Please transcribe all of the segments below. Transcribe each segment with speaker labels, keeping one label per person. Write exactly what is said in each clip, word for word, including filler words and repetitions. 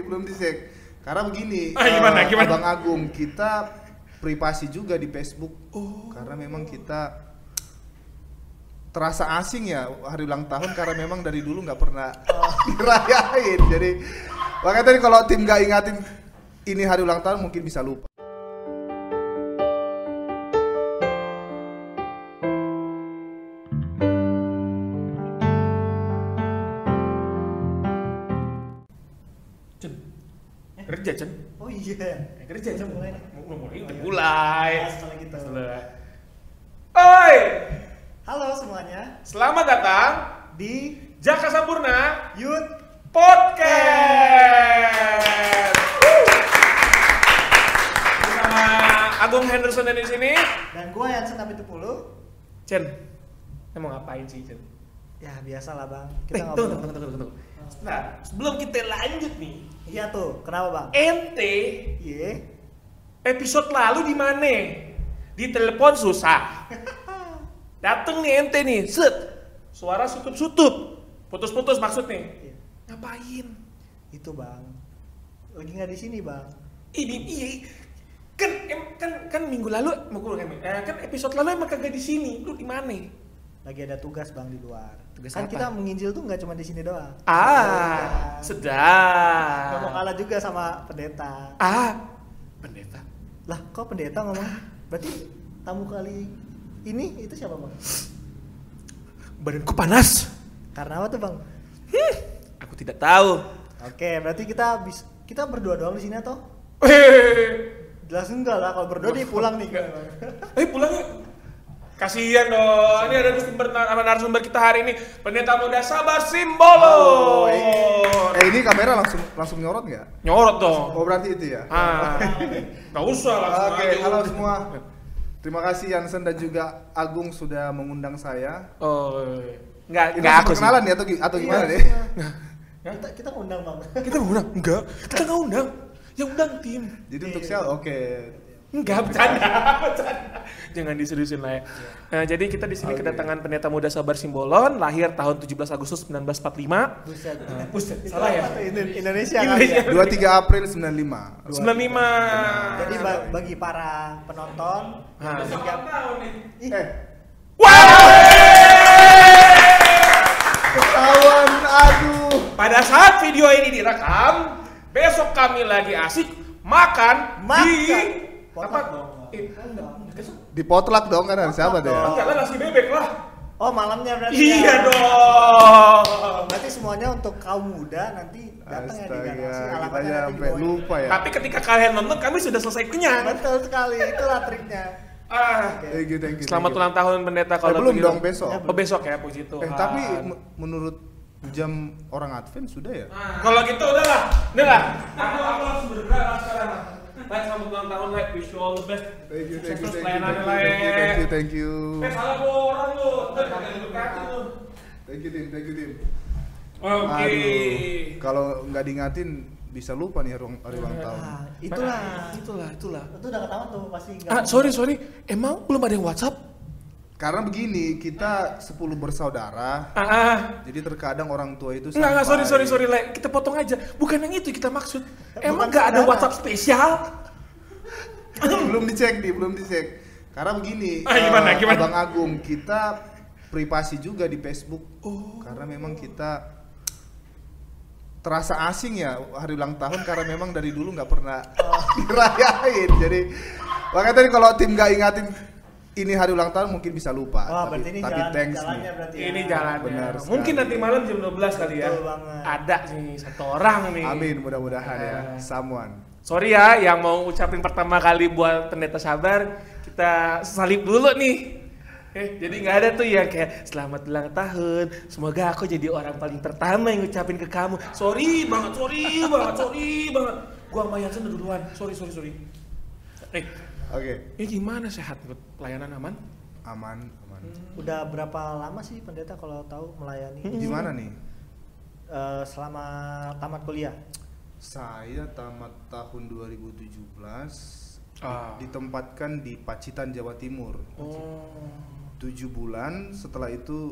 Speaker 1: belum di-check. Karena begini,
Speaker 2: ah, gimana,
Speaker 1: uh,
Speaker 2: gimana?
Speaker 1: Abang Agung, kita privasi juga di Facebook. Oh. Karena memang kita terasa asing ya hari ulang tahun karena memang dari dulu nggak pernah uh, dirayain. Jadi makanya tadi kalau tim nggak ingatin ini hari ulang tahun mungkin bisa lupa.
Speaker 2: Kerja, Cen.
Speaker 3: Oh iya.
Speaker 2: Kerja, Cen.
Speaker 3: Mulai nih.
Speaker 2: Mau mulai, udah mulai.
Speaker 3: Nah, setelah gitu.
Speaker 2: Setelah. Oi!
Speaker 3: Halo semuanya
Speaker 2: Selamat datang
Speaker 3: di
Speaker 2: Jaka Sampurna
Speaker 3: Youth
Speaker 2: Podcast. Bersama Agung Henderson di sini.
Speaker 3: dan gua Yansen Apitupulu.
Speaker 2: Cen, emang ngapain sih, Cen?
Speaker 3: Ya biasalah bang.
Speaker 2: Eh,
Speaker 3: Kita
Speaker 2: tunggu,
Speaker 3: ngobrol.
Speaker 2: tunggu, tunggu, tunggu. Nah, sebelum kita lanjut nih,
Speaker 3: Iya tuh. Kenapa bang?
Speaker 2: ente
Speaker 3: Iya.
Speaker 2: episode lalu di mana? Di telepon susah. Dateng nih ente nih, set. Suara sutup-sutup. Putus-putus maksud nih.
Speaker 3: Iya.
Speaker 2: Ngapain?
Speaker 3: Itu bang. Lagi nggak di sini bang.
Speaker 2: Ini iya. Kan em, kan kan minggu lalu mau gue eh, kan episode lalu emang kagak di sini. Lu di mana?
Speaker 3: Lagi ada tugas bang di luar.
Speaker 2: Tugas
Speaker 3: kan
Speaker 2: apa?
Speaker 3: kita menginjil tuh nggak cuma di sini doang.
Speaker 2: Ah, sedap.
Speaker 3: Gak mau kalah juga sama pendeta.
Speaker 2: Ah, pendeta.
Speaker 3: Lah kok pendeta ngomong? Berarti tamu kali ini itu siapa bang?
Speaker 2: Badanku panas.
Speaker 3: Karena apa tuh bang?
Speaker 2: Hmm, aku tidak tahu.
Speaker 3: Oke, berarti kita bis kita berdua doang di sini atau?
Speaker 2: Hehehe.
Speaker 3: Jelas enggak lah, kalau berdua nih pulang nih.
Speaker 2: Eh pulang yuk. Kasihan dong. Ini ada narasumber sama narasumber kita hari ini, Pendeta Muda Sabar Simbolon.
Speaker 1: Oh, eh ini kamera langsung langsung nyorot nggak?
Speaker 2: Nyorot dong.
Speaker 1: Oh berarti itu ya?
Speaker 2: Ah, nggak usah langsung
Speaker 1: Oke,
Speaker 2: aja.
Speaker 1: halo semua. Terima kasih Yansen dan juga Agung sudah mengundang saya.
Speaker 2: Oh, nggak
Speaker 1: Ini
Speaker 2: nggak
Speaker 1: langsung
Speaker 2: aku sih.
Speaker 1: perkenalan ya atau, gi- atau gimana
Speaker 3: Iya,
Speaker 1: deh?
Speaker 3: Kita kita ngundang bang.
Speaker 2: Kita nggak undang, enggak. Kita nggak undang. Yang undang tim.
Speaker 1: Jadi untuk siapa? Oke.
Speaker 2: Enggak, bercanda, bercanda. Jangan diseriusin lah ya. Nah, jadi kita di sini
Speaker 1: Oke.
Speaker 2: kedatangan Pendeta Muda Sabar Simbolon, lahir tahun tujuh belas Agustus seribu sembilan ratus empat puluh lima.
Speaker 3: Buset.
Speaker 2: Buset,
Speaker 3: Itu
Speaker 2: salah ya?
Speaker 3: apa tuh? Indo- Indonesia kali
Speaker 2: Indonesia.
Speaker 3: ya.
Speaker 1: dua puluh tiga April sembilan puluh lima.
Speaker 2: sembilan puluh lima.
Speaker 3: Jadi ba- bagi para penonton
Speaker 2: Nah.
Speaker 3: yang sejak Ih,
Speaker 1: Eh,
Speaker 2: Wow!
Speaker 1: ketahuan, aduh.
Speaker 2: Pada saat video ini direkam, besok kami lagi asik makan,
Speaker 3: Makan.
Speaker 2: di
Speaker 3: Potluck
Speaker 2: apa?
Speaker 3: dong.
Speaker 2: Eh, enggak, besok.
Speaker 1: Di potluck dong kan ada siapa deh?
Speaker 3: dong.
Speaker 2: Enggak lah, nasi bebek lah.
Speaker 3: oh malamnya berarti.
Speaker 2: Iya
Speaker 3: ya.
Speaker 2: dong.
Speaker 3: Berarti semuanya untuk kaum muda nanti datang ya di
Speaker 1: Astaga,
Speaker 3: garasi.
Speaker 1: kita
Speaker 3: Alamatnya
Speaker 1: aja
Speaker 3: nanti
Speaker 1: sampai
Speaker 3: di bawah.
Speaker 1: lupa ya.
Speaker 2: Tapi ketika kalian nonton, kami sudah selesai kenyang.
Speaker 3: Betul sekali, itulah triknya.
Speaker 2: Ah.
Speaker 1: Thank you, thank you.
Speaker 2: Selamat
Speaker 1: thank you.
Speaker 2: ulang tahun Pendeta
Speaker 1: Eh,
Speaker 2: kalau
Speaker 1: belum
Speaker 2: begitu.
Speaker 1: dong besok.
Speaker 2: Oh besok ya, puji Tuhan.
Speaker 1: Eh tapi m- menurut jam orang Advent sudah ya?
Speaker 2: Nah, kalau gitu udahlah, udahlah. Aku aku harus bergerak sekarang. Baik, selamat ulang tahun, like, wish you all the best.
Speaker 1: Thank you, thank you,
Speaker 2: Sukses
Speaker 1: thank you,
Speaker 2: pelayanannya,
Speaker 1: thank you,
Speaker 2: Le.
Speaker 1: thank you, thank you.
Speaker 2: Eh, salah bawa orang lu. Ntar kagak diberkati lu.
Speaker 1: Thank you, Tim, thank you, Tim.
Speaker 2: Oke.
Speaker 1: Aduh, kalau nggak diingatin bisa lupa nih hari, hari ulang tahun.
Speaker 3: Nah, itulah.
Speaker 2: itulah, itulah.
Speaker 3: Itu udah ketahuan tuh pasti. nggak
Speaker 2: Ah,
Speaker 3: mau.
Speaker 2: sorry, sorry. Emang belum ada yang WhatsApp?
Speaker 1: Karena begini, kita sepuluh bersaudara,
Speaker 2: Ah, ah.
Speaker 1: jadi terkadang orang tua itu
Speaker 2: Enggak, enggak, sorry, sorry,
Speaker 1: sampai-
Speaker 2: sorry, Le. Kita potong aja. Bukan yang itu kita maksud. Emang
Speaker 3: Bukan
Speaker 2: enggak ada
Speaker 3: saudara.
Speaker 2: WhatsApp spesial?
Speaker 1: belum dicek nih, belum dicek. Karena begini,
Speaker 2: Ah, gimana,
Speaker 1: eh,
Speaker 2: gimana?
Speaker 1: Abang Agung, kita privasi juga di Facebook.
Speaker 2: Oh.
Speaker 1: Karena memang kita terasa asing ya hari ulang tahun karena memang dari dulu nggak pernah dirayain. Jadi makanya tadi kalau tim nggak ingatin ini hari ulang tahun mungkin bisa lupa.
Speaker 3: Wah,
Speaker 1: tapi
Speaker 3: berarti ini
Speaker 1: tapi
Speaker 3: jalan,
Speaker 1: thanks
Speaker 3: jalannya
Speaker 1: nih.
Speaker 3: berarti ya.
Speaker 2: Ini jalannya.
Speaker 1: Benar
Speaker 2: Mungkin
Speaker 1: sekali.
Speaker 2: nanti malam jam dua belas kali ya.
Speaker 3: Betul banget.
Speaker 2: Ada sih satu orang nih.
Speaker 1: Amin, mudah-mudahan ya.
Speaker 2: Ah.
Speaker 1: Someone.
Speaker 2: Sorry ya yang mau ucapin pertama kali buat Pendeta Sabar, kita salib dulu nih. Eh, jadi nggak ada tuh yang kayak selamat ulang tahun, semoga aku jadi orang paling pertama yang ngucapin ke kamu. Sorry banget, sorry banget, sorry banget. Gua sama Yansen udah duluan. Sorry, sorry, sorry. Eh,
Speaker 1: Oke,
Speaker 2: ini gimana sehat buat pelayanan aman?
Speaker 1: aman, aman.
Speaker 3: Udah berapa lama sih pendeta kalau tahu melayani?
Speaker 1: Gimana nih?
Speaker 3: Eh, selama tamat kuliah.
Speaker 1: Saya tamat tahun dua ribu tujuh belas,
Speaker 2: Ah.
Speaker 1: ditempatkan di Pacitan, Jawa Timur.
Speaker 2: Oh.
Speaker 1: Tujuh bulan, setelah itu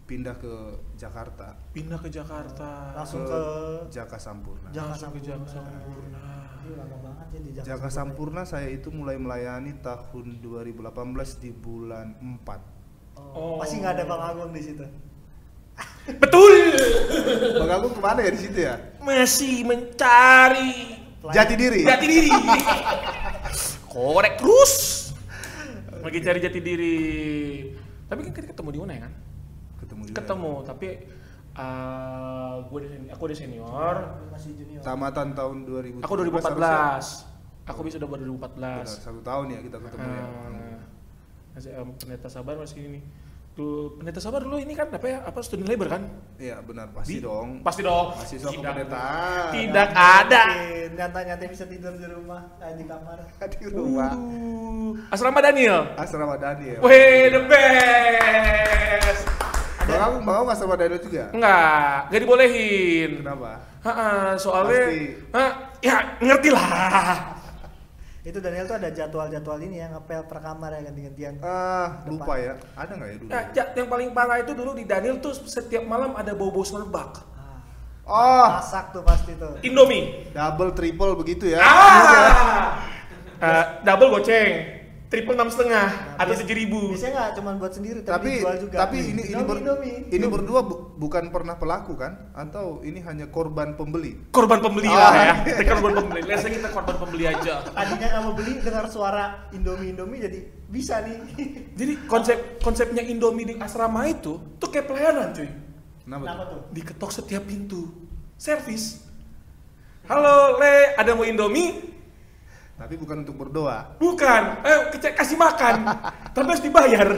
Speaker 1: pindah ke Jakarta.
Speaker 2: Pindah ke Jakarta.
Speaker 3: Langsung ke
Speaker 1: Jaka Sampurna.
Speaker 3: Jaka
Speaker 2: Langsung ke Jaka Sampurna.
Speaker 3: Ini lama banget ya di Jaka,
Speaker 1: Jaka Sampurna saya itu mulai melayani tahun dua ribu delapan belas di bulan empat.
Speaker 3: Oh,
Speaker 2: Oh.
Speaker 3: masih nggak ada Bang Agung di situ.
Speaker 2: Betul.
Speaker 1: Bang Agung kemana ya di situ ya?
Speaker 2: Masih mencari
Speaker 1: Jati diri.
Speaker 2: jati diri. Korek terus. Lagi cari jati diri. Tapi kan kita ketemu di mana ya kan?
Speaker 1: Ketemu juga.
Speaker 2: Ketemu, tapi uh, gue aku udah senior.
Speaker 3: Masih junior.
Speaker 1: Tamatan tahun dua ribu.
Speaker 2: Aku dua ribu empat belas. Aku bisa udah dua ribu empat belas.
Speaker 1: Benar, satu tahun ya kita ketemu ya.
Speaker 2: Uh, masih um, pendeta sabar masih ini. Tuh pendeta sabar dulu ini kan apa ya? Apa student labor kan?
Speaker 1: Iya benar pasti
Speaker 2: Di-
Speaker 1: dong.
Speaker 2: Pasti dong.
Speaker 1: Mahasiswa
Speaker 2: Tidak.
Speaker 1: kependetaan.
Speaker 2: Tidak ada.
Speaker 3: Nyata-nyata bisa tidur di rumah, eh, di kamar.
Speaker 1: Di rumah.
Speaker 2: Uh, Asrama Daniel.
Speaker 1: Asrama Daniel.
Speaker 2: Wih, the best.
Speaker 1: Bang Agung, Bang Agung asrama Daniel juga?
Speaker 2: Enggak, enggak dibolehin.
Speaker 1: Kenapa?
Speaker 2: Ha, soalnya,
Speaker 1: Pasti.
Speaker 2: ha, ya ngerti lah.
Speaker 3: Itu Daniel tuh ada jadwal-jadwal ini ya, ngepel per kamar ya ganti-gantian.
Speaker 1: Ah, lupa ya. Ada nggak ya dulu?
Speaker 2: Ya, ja- yang paling parah itu dulu di Daniel tuh setiap malam ada bau-bau serbak.
Speaker 3: Ah,
Speaker 1: Oh,
Speaker 3: masak tuh pasti tuh.
Speaker 2: Indomie.
Speaker 1: double triple begitu ya?
Speaker 2: Ah, Eh, double goceng, triple enam setengah
Speaker 3: Nah,
Speaker 2: atau
Speaker 3: bias-
Speaker 2: tujuh ribu.
Speaker 3: Biasanya nggak cuma buat sendiri, tapi,
Speaker 1: Tapi
Speaker 3: dijual juga.
Speaker 1: tapi ini ini, ber-
Speaker 3: Indomie,
Speaker 1: ini berdua bu- bukan pernah pelaku kan? Atau ini hanya korban pembeli?
Speaker 2: Korban pembeli
Speaker 1: Oh,
Speaker 2: lah ya.
Speaker 1: iya.
Speaker 2: Kita korban pembeli. Let's say kita korban pembeli aja.
Speaker 3: Tadinya nggak mau beli, dengar suara Indomie Indomie jadi bisa nih.
Speaker 2: Jadi konsep konsepnya Indomie di asrama itu tuh kayak pelayanan cuy.
Speaker 1: Kenapa,
Speaker 3: Kenapa
Speaker 1: tuh?
Speaker 3: tuh?
Speaker 2: Diketok setiap pintu. Servis. Halo, Le, ada mau Indomie?
Speaker 1: Tapi bukan untuk berdoa.
Speaker 2: Bukan. Eh, kece- kasih makan. Tapi harus dibayar.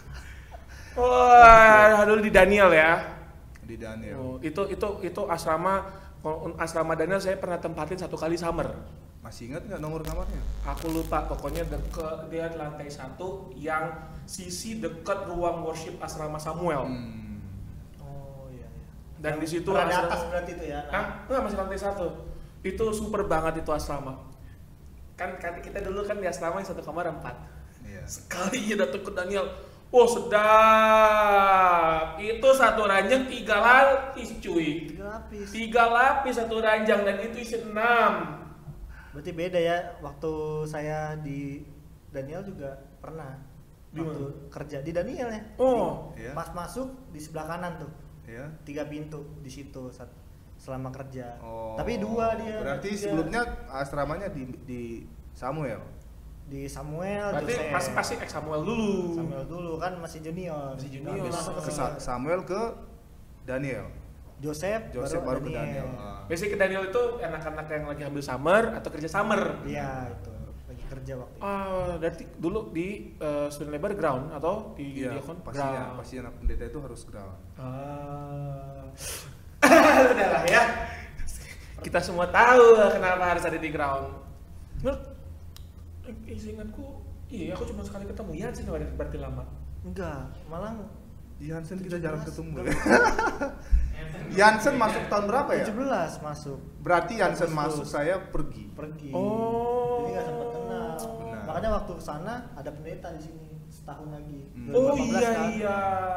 Speaker 2: Wah, dulu di Daniel ya.
Speaker 1: Di Daniel.
Speaker 2: Oh, itu itu itu asrama kalau asrama Daniel saya pernah tempatin satu kali summer.
Speaker 1: Masih ingat nggak nomor kamarnya?
Speaker 2: Aku lupa, pokoknya deket dia di lantai satu yang sisi dekat ruang worship asrama Samuel.
Speaker 1: Hmm.
Speaker 3: Oh iya. iya.
Speaker 2: Dan di situ
Speaker 3: Berada
Speaker 2: asrama-
Speaker 3: atas berarti itu ya.
Speaker 2: Hah? Enggak, masih lantai satu. Itu super banget itu asrama. Kan, kan kita dulu kan di asrama yang satu kamar empat.
Speaker 1: Iya.
Speaker 2: Sekali ya datang ke Daniel. Oh sedap. Itu satu ranjang tiga lapis cuy.
Speaker 3: Tiga lapis.
Speaker 2: Tiga lapis satu ranjang dan itu isi enam.
Speaker 3: Berarti beda ya, waktu saya di Daniel juga pernah.
Speaker 2: Di
Speaker 3: Waktu kerja di Daniel ya.
Speaker 2: Oh.
Speaker 1: Iya.
Speaker 3: Pas masuk di sebelah kanan tuh.
Speaker 1: Iya.
Speaker 3: Tiga pintu di situ saat selama kerja.
Speaker 1: Oh.
Speaker 3: Tapi dua dia.
Speaker 1: Berarti
Speaker 3: tiga.
Speaker 1: sebelumnya asramanya di di Samuel.
Speaker 3: Di Samuel,
Speaker 2: Berarti
Speaker 3: Joseph.
Speaker 2: pasti pasti ex Samuel dulu.
Speaker 3: Samuel dulu kan masih junior.
Speaker 2: Masih junior.
Speaker 3: Habis langsung
Speaker 1: Ke
Speaker 3: ke
Speaker 1: Sa- Samuel ke Daniel.
Speaker 3: Joseph,
Speaker 1: Joseph baru, ke
Speaker 3: Daniel.
Speaker 1: Daniel. Ah.
Speaker 2: Biasanya ke Daniel itu anak-anak yang lagi ambil summer atau kerja summer.
Speaker 3: Iya itu lagi kerja waktu itu.
Speaker 2: Ah, berarti dulu di uh, student labor ground atau di
Speaker 1: Iya,
Speaker 2: diakon
Speaker 1: pastinya,
Speaker 2: ground.
Speaker 1: pasti anak pendeta itu harus ground.
Speaker 2: Ah. Udah lah ya. Kita semua tahu kenapa harus ada di ground. Menurut eh, seingatku, iya aku cuma sekali ketemu ya sih berarti lama.
Speaker 3: Enggak, malah
Speaker 1: Jansen kita jarang ketemu ya.
Speaker 3: Enggak.
Speaker 1: Jansen masuk tahun berapa ya?
Speaker 3: tujuh belas masuk
Speaker 1: Berarti Jansen
Speaker 3: Agustus.
Speaker 1: masuk saya pergi.
Speaker 3: pergi.
Speaker 2: Oh.
Speaker 3: Jadi nggak sempat kenal.
Speaker 1: Benar.
Speaker 3: Makanya waktu kesana ada pendeta di sini setahun lagi.
Speaker 1: Hmm.
Speaker 2: Oh
Speaker 3: dua ribu delapan belas
Speaker 2: iya
Speaker 3: kan.
Speaker 2: iya.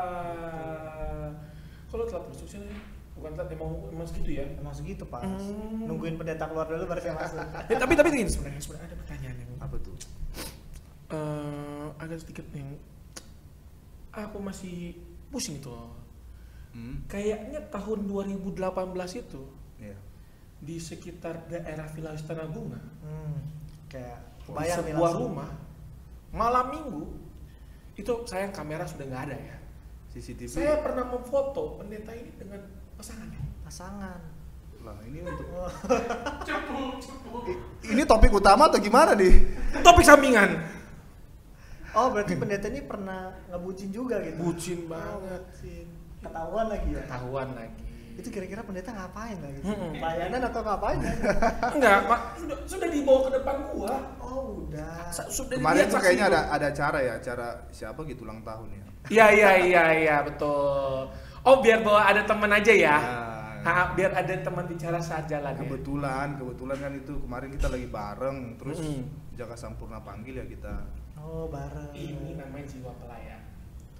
Speaker 2: Kalau telat masuk sih, bukan telat emang emang segitu ya.
Speaker 3: Emang segitu pas.
Speaker 2: Hmm.
Speaker 3: Nungguin pendeta keluar dulu baru saya masuk.
Speaker 2: Eh, tapi tapi gini sebenarnya sebenarnya ada pertanyaan yang
Speaker 1: Apa tuh?
Speaker 2: eh agak sedikit yang aku masih pusing tuh.
Speaker 1: Hmm.
Speaker 2: Kayaknya tahun dua ribu delapan belas itu
Speaker 1: Iya.
Speaker 2: di sekitar daerah Villa Istana Bunga,
Speaker 3: Hmm. Kayak
Speaker 2: di
Speaker 3: bayar nih
Speaker 2: sebuah
Speaker 3: langsung.
Speaker 2: rumah malam minggu itu sayang kamera sudah nggak ada ya.
Speaker 1: C C T V.
Speaker 2: Saya pernah memfoto pendeta ini dengan pasangannya.
Speaker 3: Pasangan.
Speaker 1: Lah ini untuk
Speaker 3: Oh.
Speaker 2: Cepu, cepu.
Speaker 1: I- ini topik utama atau gimana nih?
Speaker 2: Topik sampingan.
Speaker 3: Oh berarti pendeta ini pernah ngebucin juga gitu?
Speaker 2: Bucin banget.
Speaker 3: Bucin. Ketahuan lagi ya?
Speaker 2: Ketahuan lagi.
Speaker 3: Itu kira-kira pendeta ngapain lagi?
Speaker 2: Mm-mm.
Speaker 3: Pelayanan atau ngapain?
Speaker 2: Enggak, Pak. Sudah, sudah dibawa ke depan gua.
Speaker 3: Oh udah.
Speaker 2: Sa- Sudah
Speaker 1: Kemarin
Speaker 2: dilihat
Speaker 1: tuh
Speaker 2: saksi
Speaker 1: kayaknya
Speaker 2: gua.
Speaker 1: ada ada acara ya, acara siapa gitu ulang tahun ya.
Speaker 2: Iya iya iya iya betul. Oh biar bawa ada teman aja ya.
Speaker 1: Nah,
Speaker 2: Ha, biar ada teman bicara saat jalan ya.
Speaker 1: kebetulan kebetulan kan itu kemarin kita lagi bareng terus
Speaker 2: Mm-mm.
Speaker 1: Jaka Sampurna panggil ya kita.
Speaker 3: Oh bareng.
Speaker 2: Ini namanya jiwa pelayan.
Speaker 3: Tuh,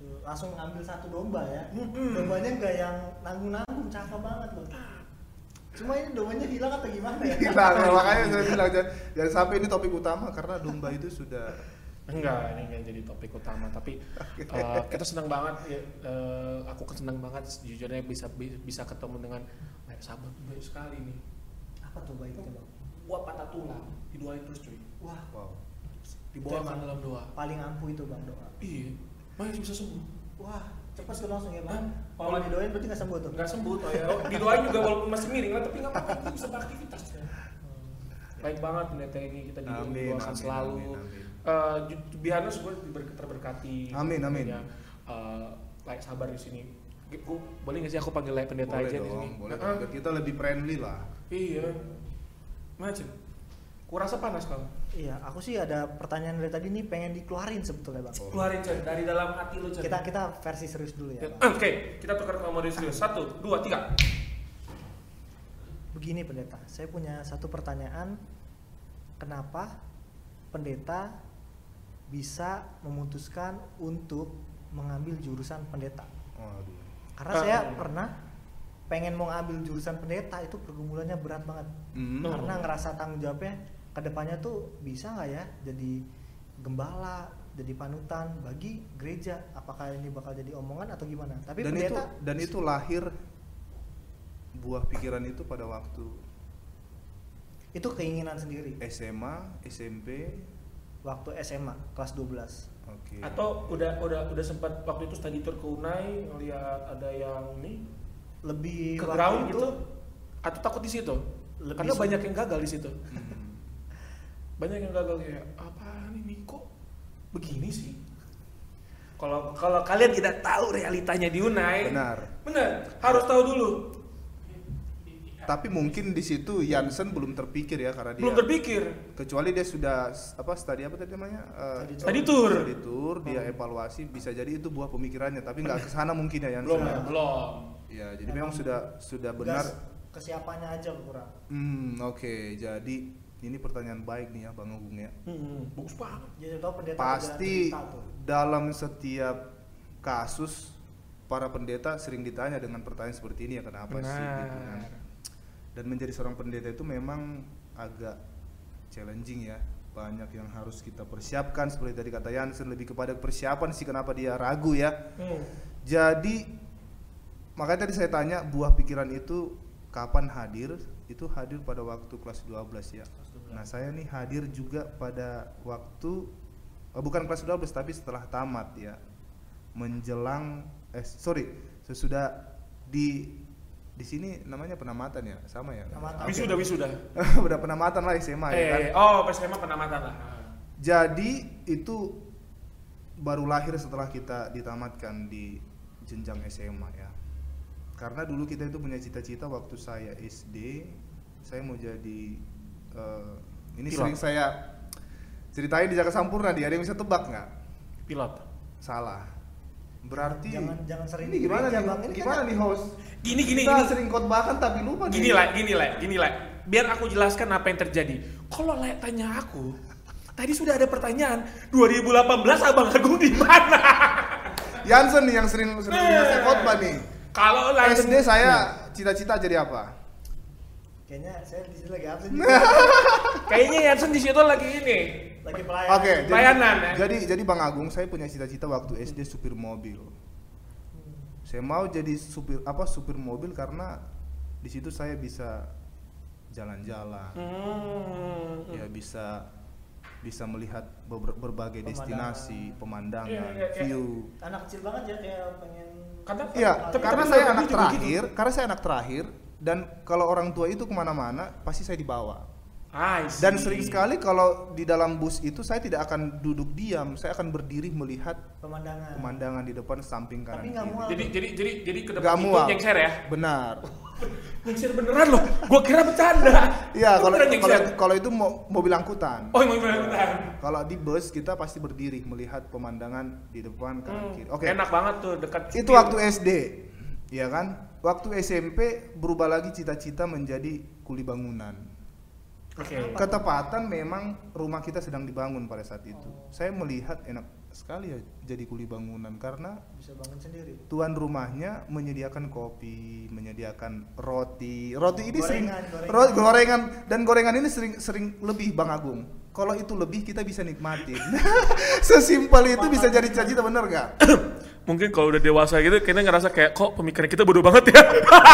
Speaker 3: Tuh, langsung ngambil satu domba ya. Dombanya nggak yang nanggung-nanggung, cakep banget loh. Cuma ini dombanya hilang atau gimana ya?
Speaker 1: Hilang, ya, makanya saya bilang jangan, jangan sampai ini topik utama karena domba itu sudah
Speaker 2: Enggak, ini nggak jadi topik utama, tapi uh, kita senang banget ya, uh, aku kan senang banget sejujurnya bisa bisa ketemu dengan banyak sahabat baik sekali nih.
Speaker 3: Apa tuh baiknya bang?
Speaker 2: Gua patah tulang, didoain terus cuy.
Speaker 3: Wah,
Speaker 1: wow.
Speaker 2: Dibawakan dalam doa.
Speaker 3: paling ampuh itu bang doa.
Speaker 2: Iya, masih bisa sembuh.
Speaker 3: Wah, cepat tuh langsung ya bang.
Speaker 2: Hah?
Speaker 3: Kalau nggak didoain berarti nggak sembuh tuh.
Speaker 2: Nggak sembuh toh ya. Oh, didoain juga walaupun masih miring lah, tapi nggak apa-apa, itu bisa beraktivitas. Baik banget pendeta ini, kita
Speaker 1: Amin,
Speaker 2: didoakan
Speaker 1: amin,
Speaker 2: selalu.
Speaker 1: amin, amin.
Speaker 2: Uh, biarnya gue terberkati.
Speaker 1: Amin, amin.
Speaker 2: Ya, uh, like sabar di sini. Gue boleh nggak sih aku panggil like pendeta
Speaker 1: Boleh
Speaker 2: aja
Speaker 1: dong,
Speaker 2: di sini?
Speaker 1: boleh
Speaker 2: Uh,
Speaker 1: dong. Biar kita lebih friendly lah.
Speaker 2: Iya. Macam. Kurasa panas kamu.
Speaker 3: Iya, aku sih ada pertanyaan dari tadi nih pengen dikeluarin sebetulnya bang.
Speaker 1: Oh.
Speaker 2: Keluarin Chan dari dalam hati lu Chan.
Speaker 3: Kita kita versi serius dulu ya.
Speaker 2: Oke,
Speaker 3: Bang.
Speaker 2: okay, kita tukar ke mode serius. Satu, dua, tiga.
Speaker 3: Begini pendeta, saya punya satu pertanyaan. Kenapa pendeta bisa memutuskan untuk mengambil jurusan pendeta?
Speaker 1: Waduh.
Speaker 3: Karena
Speaker 2: Uh,
Speaker 3: saya
Speaker 2: uh.
Speaker 3: pernah pengen mau ngambil jurusan pendeta itu pergumulannya berat banget.
Speaker 1: Hmm.
Speaker 3: Karena ngerasa tanggung jawabnya kedepannya tuh bisa nggak ya jadi gembala, jadi panutan bagi gereja. Apakah ini bakal jadi omongan atau gimana? Tapi
Speaker 1: Dan itu
Speaker 3: pendeta
Speaker 1: dan itu lahir buah pikiran itu pada waktu
Speaker 3: itu keinginan sendiri.
Speaker 1: S M A, S M P.
Speaker 3: Waktu S M A kelas dua belas.
Speaker 1: Oke.
Speaker 2: Atau udah udah udah sempat waktu itu study tour ke Unai ngelihat ada yang ini
Speaker 3: Lebih
Speaker 2: ke
Speaker 3: waktu
Speaker 2: ground
Speaker 3: itu
Speaker 2: gitu? Atau takut di situ?
Speaker 3: Lebih
Speaker 2: Karena
Speaker 3: su-
Speaker 2: banyak yang gagal di situ.
Speaker 1: Hmm.
Speaker 2: Banyak yang gagal kayak apa ini kok begini sih? Kalau kalau kalian tidak tahu realitanya di Unai,
Speaker 1: Benar.
Speaker 2: benar harus tahu dulu.
Speaker 1: Tapi mungkin di situ Jansen belum terpikir ya karena dia
Speaker 2: Belum terpikir.
Speaker 1: kecuali dia sudah apa studi apa tadi namanya Eh,
Speaker 3: Study
Speaker 2: Study tour.
Speaker 1: Study tour dia evaluasi bisa jadi itu buah pemikirannya tapi nggak ke sana mungkin ya Jansen.
Speaker 2: Belum ya, belum.
Speaker 1: Ya jadi memang sudah sudah benar.
Speaker 3: Gas, kesiapannya aja kurang.
Speaker 1: Hmm oke jadi ini pertanyaan baik nih ya Bang Agung ya.
Speaker 2: Hmm, bagus banget.
Speaker 3: Jadi tahu pendeta
Speaker 1: Pasti
Speaker 3: ada cerita tuh.
Speaker 1: dalam setiap kasus para pendeta sering ditanya dengan pertanyaan seperti ini ya kenapa sih gitu kan. Dan menjadi seorang pendeta itu memang agak challenging ya, banyak yang harus kita persiapkan seperti tadi kata Jansen, lebih kepada persiapan sih kenapa dia ragu ya.
Speaker 2: Hmm.
Speaker 1: Jadi makanya tadi saya tanya buah pikiran itu kapan hadir, itu hadir pada waktu kelas dua belas ya. Nah saya nih hadir juga pada waktu oh, bukan kelas dua belas tapi setelah tamat ya, menjelang eh sorry sesudah di di sini namanya penamatan ya sama ya.
Speaker 3: Penamatan.
Speaker 1: Oke.
Speaker 2: Wisuda wisuda.
Speaker 1: Udah penamatan lah S M A ya kan.
Speaker 2: Eh, oh, pas S M A penamatan lah.
Speaker 1: Jadi itu baru lahir setelah kita ditamatkan di jenjang S M A ya. Karena dulu kita itu punya cita-cita waktu saya S D, saya mau jadi uh, ini
Speaker 2: Pilot.
Speaker 1: sering saya ceritain di Jaka Sampurna, dia ada yang bisa tebak nggak?
Speaker 2: Pilot.
Speaker 1: Salah. Berarti
Speaker 3: Jangan- jangan sering
Speaker 1: ini
Speaker 3: di
Speaker 1: gimana
Speaker 3: gereja,
Speaker 1: nih?
Speaker 3: Bang. Ini kan
Speaker 1: gimana
Speaker 3: ya-
Speaker 1: nih host?
Speaker 2: Gini gini
Speaker 1: kita
Speaker 2: gini.
Speaker 1: sering khotbahkan tapi lupa
Speaker 2: Gini
Speaker 1: nih.
Speaker 2: lah, gini lah, gini lah. Biar aku jelaskan apa yang terjadi. Kalau Lek tanya aku, tadi sudah ada pertanyaan. dua ribu delapan belas Abang Agung di mana?
Speaker 1: Jansen nih yang sering sering
Speaker 2: Eh.
Speaker 1: dengar saya khotbah nih.
Speaker 2: Kalau
Speaker 1: S
Speaker 2: langsung
Speaker 1: D saya cita-cita jadi apa?
Speaker 3: Kayaknya saya di sini lagi absen.
Speaker 2: kayaknya Yansen di situ lagi ini.
Speaker 3: Lagi pelayan.
Speaker 1: Oke, jadi,
Speaker 2: Pelayanan, ya?
Speaker 1: jadi jadi Bang Agung, saya punya cita-cita waktu S D supir mobil. Saya mau jadi supir apa supir mobil karena di situ saya bisa jalan-jalan,
Speaker 2: Hmm.
Speaker 1: ya bisa bisa melihat ber- berbagai
Speaker 3: Pemandangan.
Speaker 1: destinasi, pemandangan,
Speaker 2: Iya, iya, iya.
Speaker 1: view.
Speaker 3: Anak kecil banget ya kayak pengen.
Speaker 2: Karena
Speaker 1: Iya,
Speaker 3: Tapi-
Speaker 1: karena
Speaker 2: tapi
Speaker 1: saya
Speaker 2: juga
Speaker 1: anak
Speaker 2: gitu.
Speaker 1: terakhir, karena saya anak terakhir dan kalau orang tua itu kemana-mana pasti saya dibawa.
Speaker 2: I see.
Speaker 1: Dan sering sekali kalau di dalam bus itu saya tidak akan duduk diam, saya akan berdiri melihat
Speaker 3: Pemandangan.
Speaker 1: pemandangan di depan samping kanan
Speaker 3: Tapi nggak
Speaker 1: kiri.
Speaker 3: mual.
Speaker 2: Jadi jadi jadi jadi ke
Speaker 1: Nggak
Speaker 2: depan itu
Speaker 1: mual.
Speaker 2: nyengser ya.
Speaker 1: Benar.
Speaker 2: Nyengser beneran loh. Gua kira bercanda.
Speaker 1: Iya,
Speaker 2: Itu
Speaker 1: kalau
Speaker 2: beneran
Speaker 1: kalau
Speaker 2: nyengser.
Speaker 1: kalau itu mo- mobil angkutan.
Speaker 2: Oh, emang beneran.
Speaker 1: Kalau di bus kita pasti berdiri melihat pemandangan di depan kanan
Speaker 2: Hmm,
Speaker 1: kiri. Oke.
Speaker 2: Enak banget tuh dekat.
Speaker 1: Itu waktu S D. Ya kan? Waktu S M P berubah lagi cita-cita menjadi kuli bangunan.
Speaker 2: Oke.
Speaker 3: Kenapa?
Speaker 1: Ketepatan memang rumah kita sedang dibangun pada saat itu.
Speaker 3: Oh.
Speaker 1: Saya melihat enak sekali ya jadi kuli bangunan karena
Speaker 3: Bisa bangun sendiri.
Speaker 1: tuan rumahnya menyediakan kopi, menyediakan roti. Roti ini sering
Speaker 3: Gorengan, gorengan.
Speaker 1: ro- gorengan dan gorengan ini sering sering lebih Bang Agung. Kalau itu lebih kita bisa nikmatin. Sesimpel itu bisa jadi cita-cita, bener gak?
Speaker 2: Mungkin kalau udah dewasa gitu kayaknya ngerasa kayak kok pemikiran kita bodoh banget ya.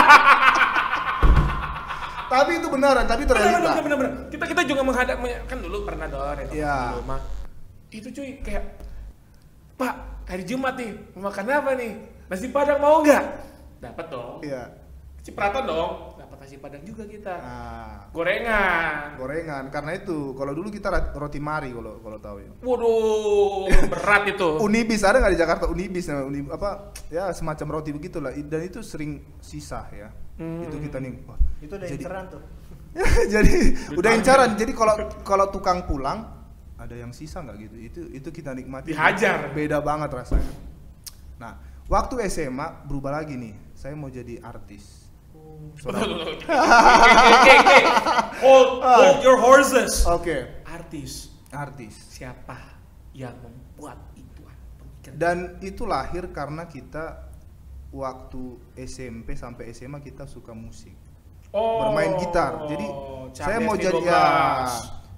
Speaker 1: Tapi itu beneran, tapi itu
Speaker 2: Bener,
Speaker 1: realita.
Speaker 2: bener, bener, bener. Kita kita juga menghadap kan dulu pernah dong ya,
Speaker 1: Iya.
Speaker 2: dulu, mah. Itu cuy kayak Pak, hari Jumat nih, mau makan apa nih? Nasi Padang mau nggak? Dapat dong.
Speaker 1: Iya.
Speaker 2: Cipratan dong. Dapat nasi Padang juga kita.
Speaker 1: Nah,
Speaker 2: Gorengan.
Speaker 1: gorengan karena itu kalau dulu kita rat- roti mari kalau kalau tahu ya.
Speaker 2: Waduh, berat itu.
Speaker 1: Unibis ada nggak di Jakarta? Unibis, nah, uni, apa ya semacam roti begitulah dan itu sering sisa ya.
Speaker 2: Hmm.
Speaker 1: Itu kita nih. Wah,
Speaker 3: Itu udah
Speaker 1: jadi,
Speaker 3: inceran tuh.
Speaker 1: jadi udah incaran. Jadi kalau kalau tukang pulang ada yang sisa nggak gitu? Itu itu kita nikmati.
Speaker 2: Dihajar.
Speaker 1: Beda banget rasanya. Nah, waktu S M A berubah lagi nih. Saya mau jadi artis. Saudara-
Speaker 2: Oke, oke, oke. Hold, hold your horses.
Speaker 1: Oke,
Speaker 2: Artis.
Speaker 1: artis.
Speaker 2: Siapa yang membuat itu pemikiran?
Speaker 1: Dan itu lahir karena kita waktu S M P sampai S M A kita suka musik.
Speaker 2: Oh,
Speaker 1: Bermain gitar. Jadi
Speaker 2: Charlie
Speaker 1: saya mau
Speaker 2: S P
Speaker 1: jadi
Speaker 2: dua
Speaker 1: ya
Speaker 2: belas.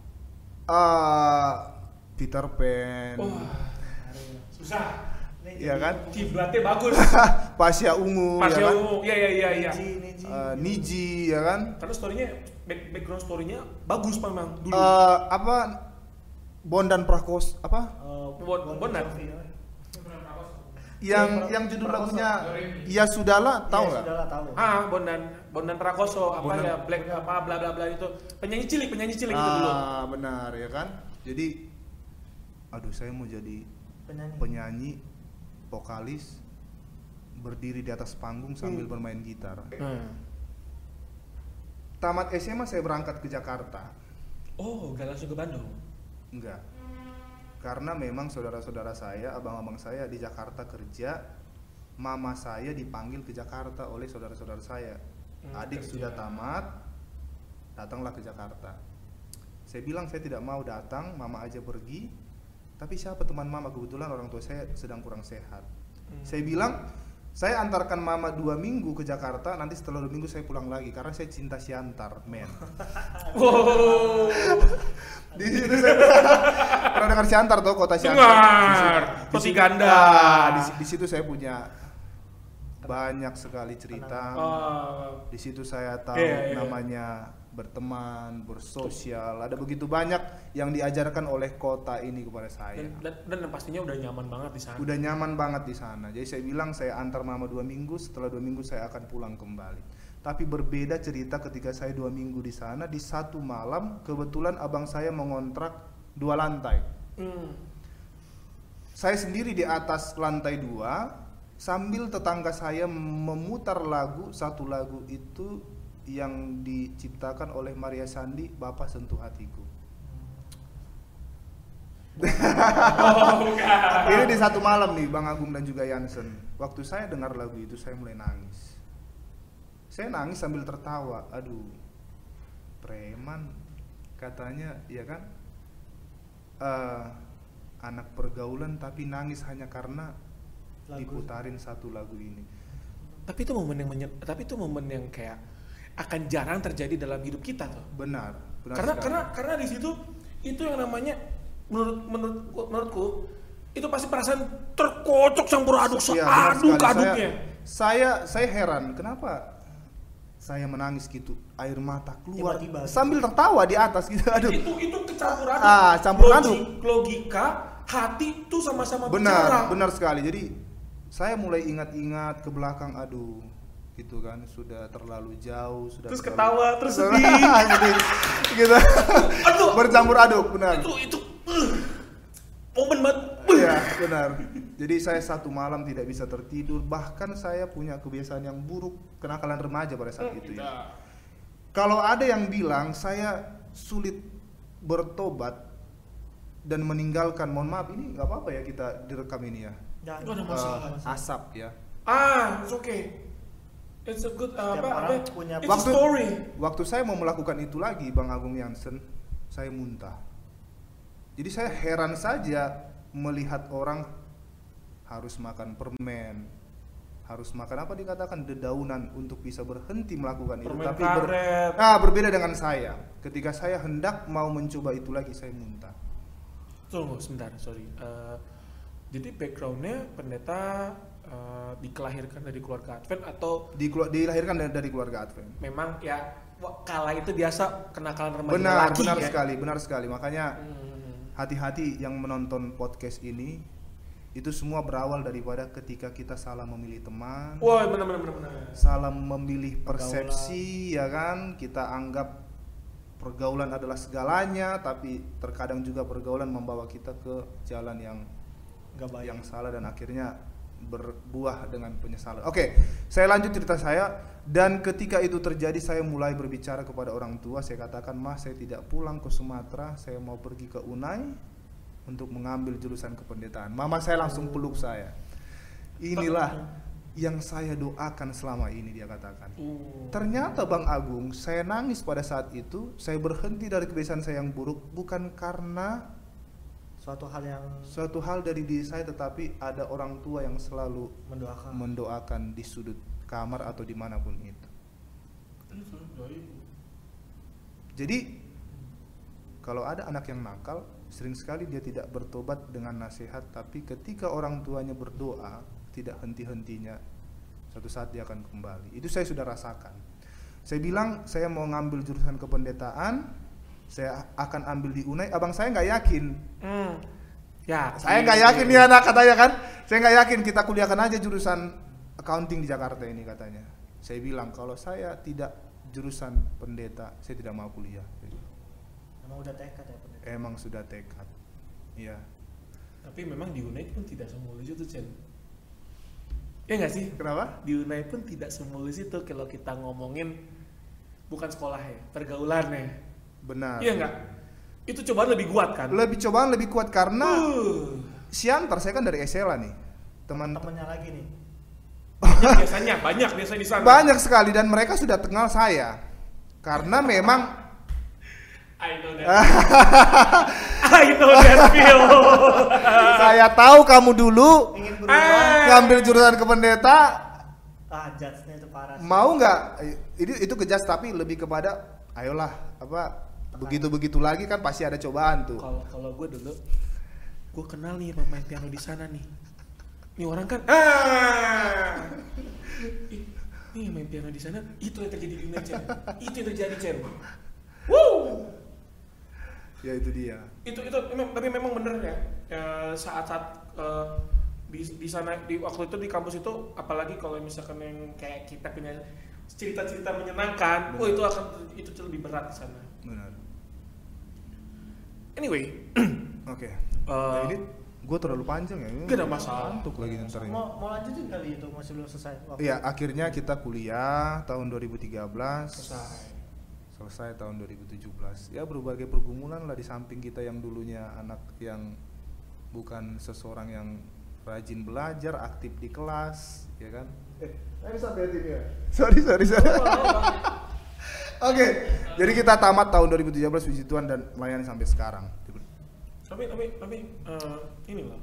Speaker 1: eh, Peter Pan.
Speaker 2: Oh, susah.
Speaker 1: Iya kan?
Speaker 2: Kiblatnya bagus.
Speaker 1: Pasya Ungu,
Speaker 2: Pas
Speaker 1: ya kan?
Speaker 2: Iya iya iya iya.
Speaker 3: Niji, Niji.
Speaker 1: Eh, Niji, ya kan?
Speaker 2: Karena storynya back, background storynya bagus memang dulu.
Speaker 1: Eh, apa Bondan Prakos apa?
Speaker 3: Eh,
Speaker 2: Bon-
Speaker 3: Bon
Speaker 2: Bondan.
Speaker 3: Jovi, ya.
Speaker 1: Yang
Speaker 3: Pra-
Speaker 1: yang judul
Speaker 3: Prakoso.
Speaker 1: lagunya Ya Sudahlah, tahu
Speaker 3: Iya,
Speaker 1: nggak?
Speaker 3: sudah lah tahu.
Speaker 2: Ah, Bondan Bondan Prakoso apa
Speaker 1: Bondan-
Speaker 2: ya Black apa bla bla bla itu penyanyi cilik penyanyi cilik itu dulu.
Speaker 1: Ah, benar ya kan? Jadi aduh saya mau jadi
Speaker 3: Penyanyi.
Speaker 1: penyanyi vokalis berdiri di atas panggung sambil
Speaker 3: Hmm.
Speaker 1: bermain gitar.
Speaker 2: Hmm.
Speaker 1: Tamat S M A saya berangkat ke Jakarta.
Speaker 2: Oh, gak langsung ke Bandung.
Speaker 1: Enggak. Karena memang saudara-saudara saya, abang-abang saya di Jakarta kerja, mama saya dipanggil ke Jakarta oleh saudara-saudara saya.
Speaker 2: Hmm,
Speaker 1: Adik
Speaker 2: kerja.
Speaker 1: sudah tamat, datanglah ke Jakarta. Saya bilang saya tidak mau datang, mama aja pergi. Tapi siapa teman mama? Kebetulan orang tua saya sedang kurang sehat.
Speaker 2: Hmm.
Speaker 1: Saya bilang, saya antarkan mama dua minggu ke Jakarta, nanti setelah dua minggu saya pulang lagi karena saya cinta Siantar, men.
Speaker 2: Wow.
Speaker 1: Di situ saya pernah dengar Siantar tuh, kota Siantar.
Speaker 2: Dengar.
Speaker 1: Di
Speaker 2: Roti
Speaker 1: situ-
Speaker 2: ganda.
Speaker 1: ah, di, di situ saya punya banyak sekali cerita.
Speaker 2: Oh.
Speaker 1: Di situ saya tahu
Speaker 2: Iya, iya.
Speaker 1: namanya berteman, bersosial. Ada begitu banyak yang diajarkan oleh kota ini kepada saya.
Speaker 2: Dan, dan, dan pastinya udah nyaman banget di sana.
Speaker 1: Udah nyaman banget di sana. Jadi saya bilang saya antar mama dua minggu, setelah dua minggu saya akan pulang kembali. Tapi berbeda cerita ketika saya dua minggu di sana. Di satu malam kebetulan abang saya mengontrak dua lantai.
Speaker 2: Hmm.
Speaker 1: Saya sendiri di atas lantai dua, sambil tetangga saya memutar lagu, satu lagu itu yang diciptakan oleh Maria Sandi, Bapak Sentuh Hatiku.
Speaker 2: Oh, bukan.
Speaker 1: Ini di satu malam nih Bang Agung dan juga Yansen. Waktu saya dengar lagu itu saya mulai nangis. Saya nangis sambil tertawa. Aduh, preman katanya, ya kan? Eh, anak pergaulan tapi nangis hanya karena
Speaker 3: Lagu.
Speaker 1: diputarin satu lagu ini.
Speaker 2: Tapi itu momen yang menye- tapi itu momen yang kayak akan jarang terjadi dalam hidup kita tuh.
Speaker 1: Benar, benar
Speaker 2: Karena
Speaker 1: sekali.
Speaker 2: karena karena di situ itu yang namanya menurut menurut menurutku itu pasti perasaan terkocok campur aduk
Speaker 1: Iya, benar
Speaker 2: seaduk
Speaker 1: sekali.
Speaker 2: aduknya.
Speaker 1: Saya, saya saya heran kenapa saya menangis gitu, air mata keluar
Speaker 3: Tiba-tiba.
Speaker 1: sambil tertawa di atas gitu. Aduh.
Speaker 2: Itu itu kecampur aduk.
Speaker 1: Ah, campur
Speaker 2: Logi-
Speaker 1: aduk.
Speaker 2: Logika, hati itu sama-sama bicara.
Speaker 1: Benar, benar sekali. Jadi saya mulai ingat-ingat ke belakang, aduh, gitu kan, sudah terlalu jauh, sudah
Speaker 2: Terus
Speaker 1: terlalu-
Speaker 2: ketawa, terus sedih.
Speaker 1: Gitu, gitu.
Speaker 2: Aduh.
Speaker 1: Bercampur aduk, benar.
Speaker 2: Itu itu uh, momen banget.
Speaker 1: Iya, benar. Jadi saya satu malam tidak bisa tertidur, bahkan saya punya kebiasaan yang buruk, kenakalan remaja pada saat itu ya. Kalau ada yang bilang saya sulit bertobat dan meninggalkan, mohon maaf ini nggak apa-apa ya kita direkam ini ya.
Speaker 3: Jangan.
Speaker 2: Nggak ada
Speaker 1: Eh,
Speaker 2: masalah.
Speaker 1: asap ya.
Speaker 2: Ah, it's okay. It's a good
Speaker 3: Setiap
Speaker 2: apa
Speaker 3: orang
Speaker 2: apa
Speaker 3: punya
Speaker 2: it's
Speaker 1: waktu
Speaker 2: a story.
Speaker 1: waktu saya mau melakukan itu lagi Bang Agung Jansen, saya muntah. Jadi saya heran saja melihat orang harus makan permen, harus makan apa dikatakan dedaunan untuk bisa berhenti melakukan itu.
Speaker 2: Permen
Speaker 1: Tapi ber,
Speaker 2: karet.
Speaker 1: nah, berbeda dengan saya. Ketika saya hendak mau mencoba itu lagi, saya muntah.
Speaker 2: Tunggu sebentar, sorry. Uh, jadi backgroundnya pendeta uh, dikelahirkan dari keluarga Advent atau
Speaker 1: Di, dilahirkan dari, dari keluarga Advent.
Speaker 2: memang ya kala itu biasa kenakalan remaja
Speaker 1: Benar,
Speaker 2: laki
Speaker 1: benar
Speaker 2: ya?
Speaker 1: sekali, benar sekali. Makanya
Speaker 2: Hmm.
Speaker 1: hati-hati yang menonton podcast ini, itu semua berawal daripada ketika kita salah memilih teman,
Speaker 2: Wah, benar benar benar. benar.
Speaker 1: salah memilih persepsi, ya kan? Kita anggap pergaulan adalah segalanya, tapi terkadang juga pergaulan membawa kita ke jalan yang
Speaker 3: Nggak baik.
Speaker 1: yang salah dan akhirnya berbuah dengan penyesalan. Oke, saya lanjut cerita saya. Dan ketika itu terjadi, saya mulai berbicara kepada orang tua. Saya katakan, "Mas, saya tidak pulang ke Sumatera, saya mau pergi ke Unai untuk mengambil jurusan kependetaan." Mama saya langsung peluk saya. Inilah yang saya doakan selama ini, dia katakan.
Speaker 2: Uh.
Speaker 1: Ternyata Bang Agung, saya nangis pada saat itu. Saya berhenti dari kebiasaan saya yang buruk bukan karena
Speaker 3: Suatu hal yang
Speaker 1: suatu hal dari diri saya, tetapi ada orang tua yang selalu
Speaker 3: mendoakan.
Speaker 1: mendoakan di sudut kamar atau dimanapun itu. Jadi kalau ada anak yang nakal, sering sekali dia tidak bertobat dengan nasihat, tapi ketika orang tuanya berdoa tidak henti-hentinya, suatu saat dia akan kembali. Itu saya sudah rasakan. Saya bilang saya mau ngambil jurusan kependetaan, saya akan ambil di Unai. Abang saya nggak yakin.
Speaker 2: Hmm. Ya,
Speaker 1: Saya nggak yakin nih anak, katanya kan. Saya nggak yakin, kita kuliahkan aja jurusan accounting di Jakarta ini, katanya. Saya bilang kalau saya tidak jurusan pendeta, saya tidak mau kuliah.
Speaker 3: Emang udah tekad ya pendeta.
Speaker 1: Emang sudah tekad. Iya.
Speaker 2: Tapi memang di Unai pun tidak semulus itu, Chen. Ya nggak sih?
Speaker 1: Kenapa?
Speaker 2: Di Unai pun tidak semulus itu kalau kita ngomongin bukan sekolah ya, pergaulannya.
Speaker 1: Benar.
Speaker 2: Iya nggak? Itu cobaan lebih kuat kan?
Speaker 1: Lebih cobaan lebih kuat karena
Speaker 2: Uh.
Speaker 1: Siantar, saya kan dari Esela nih. Teman
Speaker 3: Temennya lagi nih.
Speaker 2: Banyak biasanya, banyak biasanya di sana.
Speaker 1: banyak sekali dan mereka sudah kenal saya. Karena memang
Speaker 2: I know that. I know that feel.
Speaker 1: saya tahu kamu dulu
Speaker 3: Ingin
Speaker 2: Ah.
Speaker 3: berubah.
Speaker 1: ngambil jurusan kependeta,
Speaker 3: Ah, judge-nya itu parah sih.
Speaker 1: mau nggak? Itu itu kejas, tapi lebih kepada ayolah, apa begitu-begitu lagi kan pasti ada cobaan tuh.
Speaker 2: Kalau kalau gue dulu, gue kenal nih pemain piano di sana nih. Nih orang kan, ah, Ih, nih main piano di sana, itu yang terjadi di Unai, Chen. Itu yang terjadi, Chen. Woo!
Speaker 1: Ya itu dia.
Speaker 2: Itu itu memang, tapi memang bener ya. Ya, saat-saat eh, di di sana di waktu itu di kampus itu, apalagi kalau misalkan yang kayak kita punya cerita-cerita menyenangkan, oh itu akan itu lebih berat di sana.
Speaker 1: Benar.
Speaker 2: Anyway,
Speaker 1: Oke.
Speaker 2: eh,
Speaker 1: Nah, ini gue terlalu panjang ya. Ini
Speaker 2: Gak ada masalah.
Speaker 1: Ngantuk lagi ntar ini.
Speaker 3: Mau mau lanjutin kali itu masih belum selesai. Waktu.
Speaker 1: Iya, akhirnya kita kuliah tahun dua ribu tiga belas.
Speaker 2: selesai.
Speaker 1: Selesai tahun dua ribu tujuh belas. Ya berbagai pergumulan lah di samping kita yang dulunya anak yang bukan seseorang yang rajin belajar, aktif di kelas, ya kan? Eh, ini sampai ya. Sorry, sorry, sorry. Oke, jadi kita tamat tahun dua ribu tiga belas puji Tuhan dan melayani sampai sekarang.
Speaker 2: Tapi tapi tapi eh, ini loh.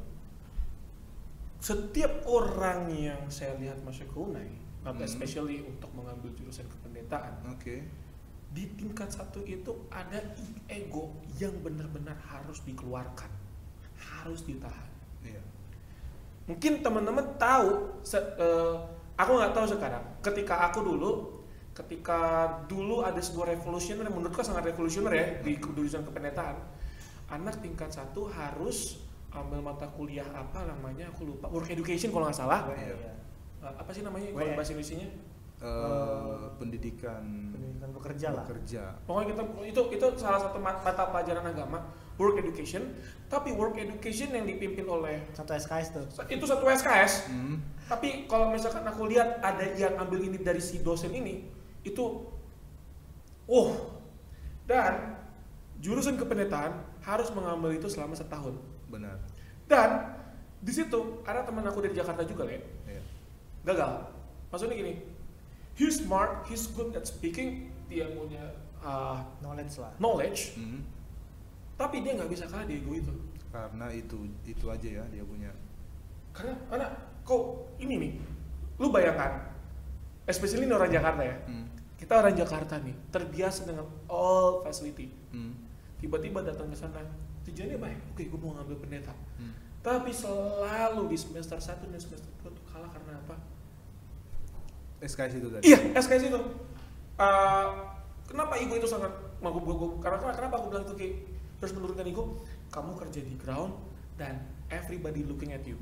Speaker 2: Setiap orang yang saya lihat masuk ke Unai,
Speaker 1: Hmm.
Speaker 2: especially untuk mengambil jurusan kependetaan,
Speaker 1: Oke.
Speaker 2: di tingkat satu itu ada ego yang benar-benar harus dikeluarkan, harus ditahan.
Speaker 1: Iya.
Speaker 2: Mungkin teman-teman tahu, se- eh, aku nggak tahu sekarang. Ketika aku dulu, ketika dulu ada sebuah revolusioner, menurutku sangat revolusioner ya di jurusan kependetaan. Anak tingkat satu harus ambil mata kuliah apa namanya, aku lupa, work education kalau nggak salah.
Speaker 1: Iya.
Speaker 3: Iya.
Speaker 2: Eh, apa sih namanya
Speaker 3: W E.
Speaker 2: kalau bahasa Indonesianya?
Speaker 1: Eh, pendidikan
Speaker 3: Pendidikan bekerja lah.
Speaker 1: bekerja.
Speaker 2: Pokoknya kita itu itu salah satu mat- mata pelajaran agama, work education. Tapi work education yang dipimpin oleh
Speaker 3: Satu S K S tuh.
Speaker 2: itu satu S K S.
Speaker 1: Hmm.
Speaker 2: Tapi kalau misalkan aku lihat ada yang ambil ini dari si dosen ini, itu, oh, dan jurusan kependetaan harus mengambil itu selama setahun.
Speaker 1: Benar.
Speaker 2: Dan di situ ada teman aku dari Jakarta juga, Le,
Speaker 1: Iya.
Speaker 2: gagal. Maksudnya gini, he's smart, he's good at speaking, dia punya uh,
Speaker 3: knowledge lah.
Speaker 2: knowledge,
Speaker 1: Hmm.
Speaker 2: tapi dia nggak bisa kalah di ego itu.
Speaker 1: Karena itu itu aja ya dia punya.
Speaker 2: Karena karena kau ini nih, lu bayangkan, especially ini orang Jakarta ya.
Speaker 1: Hmm.
Speaker 2: Kita orang Jakarta nih, terbiasa dengan all facility.
Speaker 1: Hmm.
Speaker 2: Tiba-tiba datang ke sana, tujuannya baik. Oke, gue mau ngambil pendeta.
Speaker 1: Hmm.
Speaker 2: Tapi selalu di semester satu dan semester dua tuh kalah karena apa?
Speaker 1: S K S itu tadi.
Speaker 2: Iya, S K S itu. Uh, kenapa ego itu sangat, mau gue, gue, karena kenapa aku bilang itu kayak terus menurunkan ego? Kamu kerja di ground dan everybody looking at you.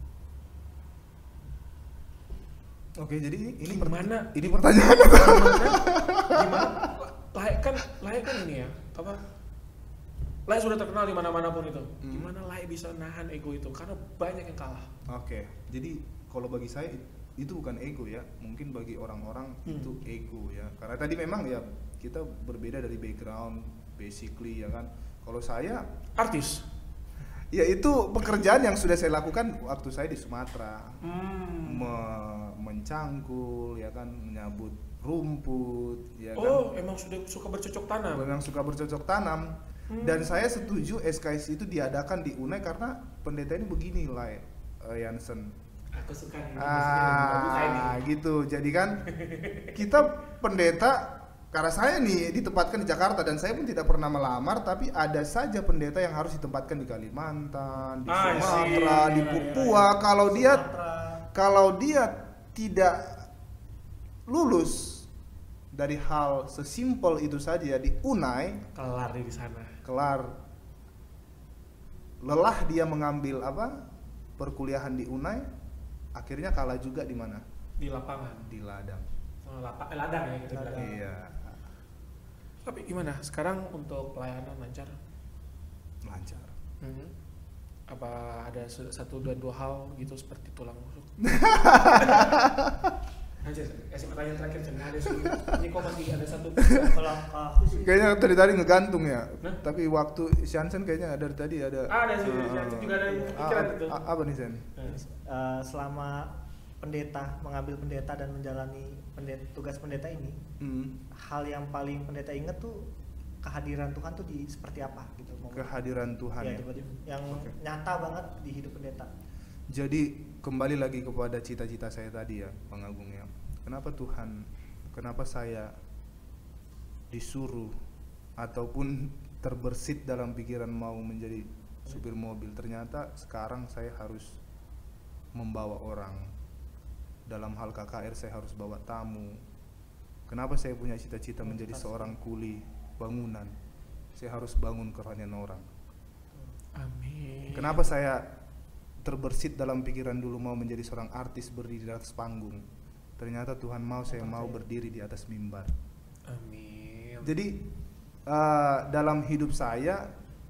Speaker 1: Oke, jadi ini ini
Speaker 2: Gimana?
Speaker 1: per- ini pertanyaan.
Speaker 2: Gimana? Gimana? Layak kan, layak kan ini ya, apa? Layak sudah terkenal di mana-mana pun itu.
Speaker 1: Hmm.
Speaker 2: Gimana Layak bisa nahan ego itu? Karena banyak yang kalah.
Speaker 1: Oke, jadi kalau bagi saya itu bukan ego ya, mungkin bagi orang-orang
Speaker 2: Hmm.
Speaker 1: itu ego ya. Karena tadi memang ya kita berbeda dari background, basically ya kan. Kalau saya,
Speaker 2: Artis.
Speaker 1: ya itu pekerjaan yang sudah saya lakukan waktu saya di Sumatera,
Speaker 2: Hmm.
Speaker 1: Me- mencangkul ya kan, menyabut rumput ya kan.
Speaker 2: Oh, emang sudah suka bercocok tanam.
Speaker 1: Memang suka bercocok tanam.
Speaker 2: Hmm.
Speaker 1: Dan saya setuju S K S itu diadakan di U N E karena pendeta ini begini lah, uh, Jansen.
Speaker 2: Aku suka ini.
Speaker 1: Ah, gitu. Jadi kan kita pendeta, karena saya nih ditempatkan di Jakarta dan saya pun tidak pernah melamar, tapi ada saja pendeta yang harus ditempatkan di Kalimantan, di
Speaker 2: Ah,
Speaker 1: Sumatera,
Speaker 2: iya,
Speaker 1: di
Speaker 2: iya,
Speaker 1: Papua.
Speaker 2: iya.
Speaker 1: Kalau dia
Speaker 3: Sumatera.
Speaker 1: kalau dia tidak lulus dari hal sesimpel itu saja di U N A I,
Speaker 2: Kelar di sana.
Speaker 1: kelar, lelah dia mengambil apa perkuliahan di U N A I, akhirnya kalah juga di mana?
Speaker 2: Di lapangan.
Speaker 1: Di ladang.
Speaker 2: Oh, lapa, eh, ladang ya kita bilang.
Speaker 3: Ladang.
Speaker 1: Iya,
Speaker 2: Tapi gimana? Sekarang untuk pelayanan lancar?
Speaker 1: lancar.
Speaker 2: Hmm. Apa ada se- satu dan dua hal gitu seperti tulang rusuk? Aja, kasih pertanyaan terakhir jangan ada sih. Ini kok masih ada satu.
Speaker 3: Kalau aku sih
Speaker 1: Kayaknya dari tadi ngegantung ya.
Speaker 2: Hah?
Speaker 1: Tapi waktu Shansen kayaknya dari tadi ada.
Speaker 2: Ah, ada sih,
Speaker 1: Ah,
Speaker 2: Shansen juga ada
Speaker 1: ah,
Speaker 2: pikiran
Speaker 1: ah,
Speaker 2: itu.
Speaker 1: ah, apa nih Sen?
Speaker 3: eh, selama pendeta mengambil pendeta dan menjalani pendeta, tugas pendeta ini,
Speaker 1: Hmm,
Speaker 3: hal yang paling pendeta inget tuh kehadiran Tuhan tuh di seperti apa gitu momen.
Speaker 1: kehadiran Tuhan
Speaker 3: Ya,
Speaker 1: ya.
Speaker 3: tiba-tiba yang
Speaker 1: Oke.
Speaker 3: nyata banget di hidup pendeta.
Speaker 1: Jadi kembali lagi kepada cita-cita saya tadi ya, Bang Agung ya. Kenapa Tuhan, kenapa saya disuruh ataupun terbersit dalam pikiran mau menjadi supir mobil? Ternyata sekarang saya harus membawa orang. Dalam hal K K R saya harus bawa tamu. Kenapa saya punya cita-cita menjadi seorang kuli bangunan? Saya harus bangun kerohanian orang.
Speaker 2: Amin.
Speaker 1: Kenapa saya terbersit dalam pikiran dulu mau menjadi seorang artis berdiri di atas panggung? Ternyata Tuhan mau saya mau berdiri di atas mimbar.
Speaker 2: Amin.
Speaker 1: Jadi uh, dalam hidup saya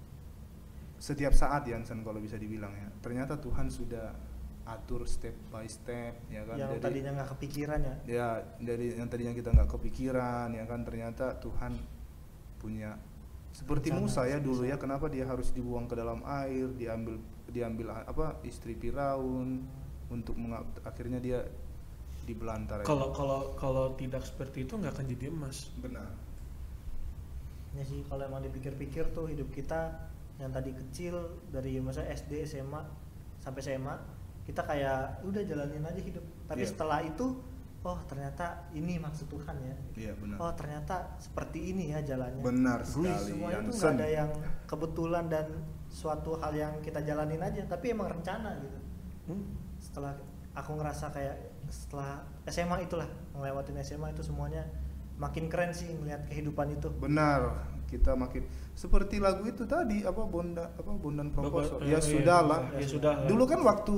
Speaker 1: setiap saat Jansen kalau bisa dibilang ya, ternyata Tuhan sudah atur step by step ya kan.
Speaker 3: Yang
Speaker 1: Dari-
Speaker 3: tadinya nggak kepikiran ya.
Speaker 1: ya dari yang tadinya kita nggak kepikiran ya kan, ternyata Tuhan punya seperti
Speaker 3: Rencana,
Speaker 1: Musa ya dulu
Speaker 3: Musa.
Speaker 1: ya, kenapa dia harus dibuang ke dalam air, diambil diambil apa istri Firaun untuk menga- akhirnya dia dibelantar. ya.
Speaker 2: Kalau kalau kalau tidak seperti itu nggak akan jadi emas.
Speaker 1: Benar.
Speaker 3: Ya sih kalau emang dipikir-pikir tuh hidup kita yang tadi kecil dari masa S D, S M A sampai S M A kita kayak udah jalanin aja hidup. Tapi
Speaker 1: Iya.
Speaker 3: setelah itu oh ternyata ini maksud Tuhan ya.
Speaker 1: Iya benar.
Speaker 3: Oh ternyata seperti ini ya jalannya.
Speaker 1: Benar
Speaker 3: Wih,
Speaker 1: sekali,
Speaker 3: semuanya tuh
Speaker 1: Jansen.
Speaker 3: nggak ada yang kebetulan dan suatu hal yang kita jalanin aja, tapi emang rencana gitu.
Speaker 2: Hmm?
Speaker 3: Setelah aku ngerasa kayak setelah S M A itulah ngelewatin S M A itu semuanya makin keren sih melihat kehidupan itu.
Speaker 1: Benar, kita makin seperti lagu itu tadi apa Bonda apa Bondan Proposal.
Speaker 2: Bapak-
Speaker 1: Ya
Speaker 2: eh,
Speaker 1: sudahlah.
Speaker 2: Ya sudah.
Speaker 1: Dulu kan waktu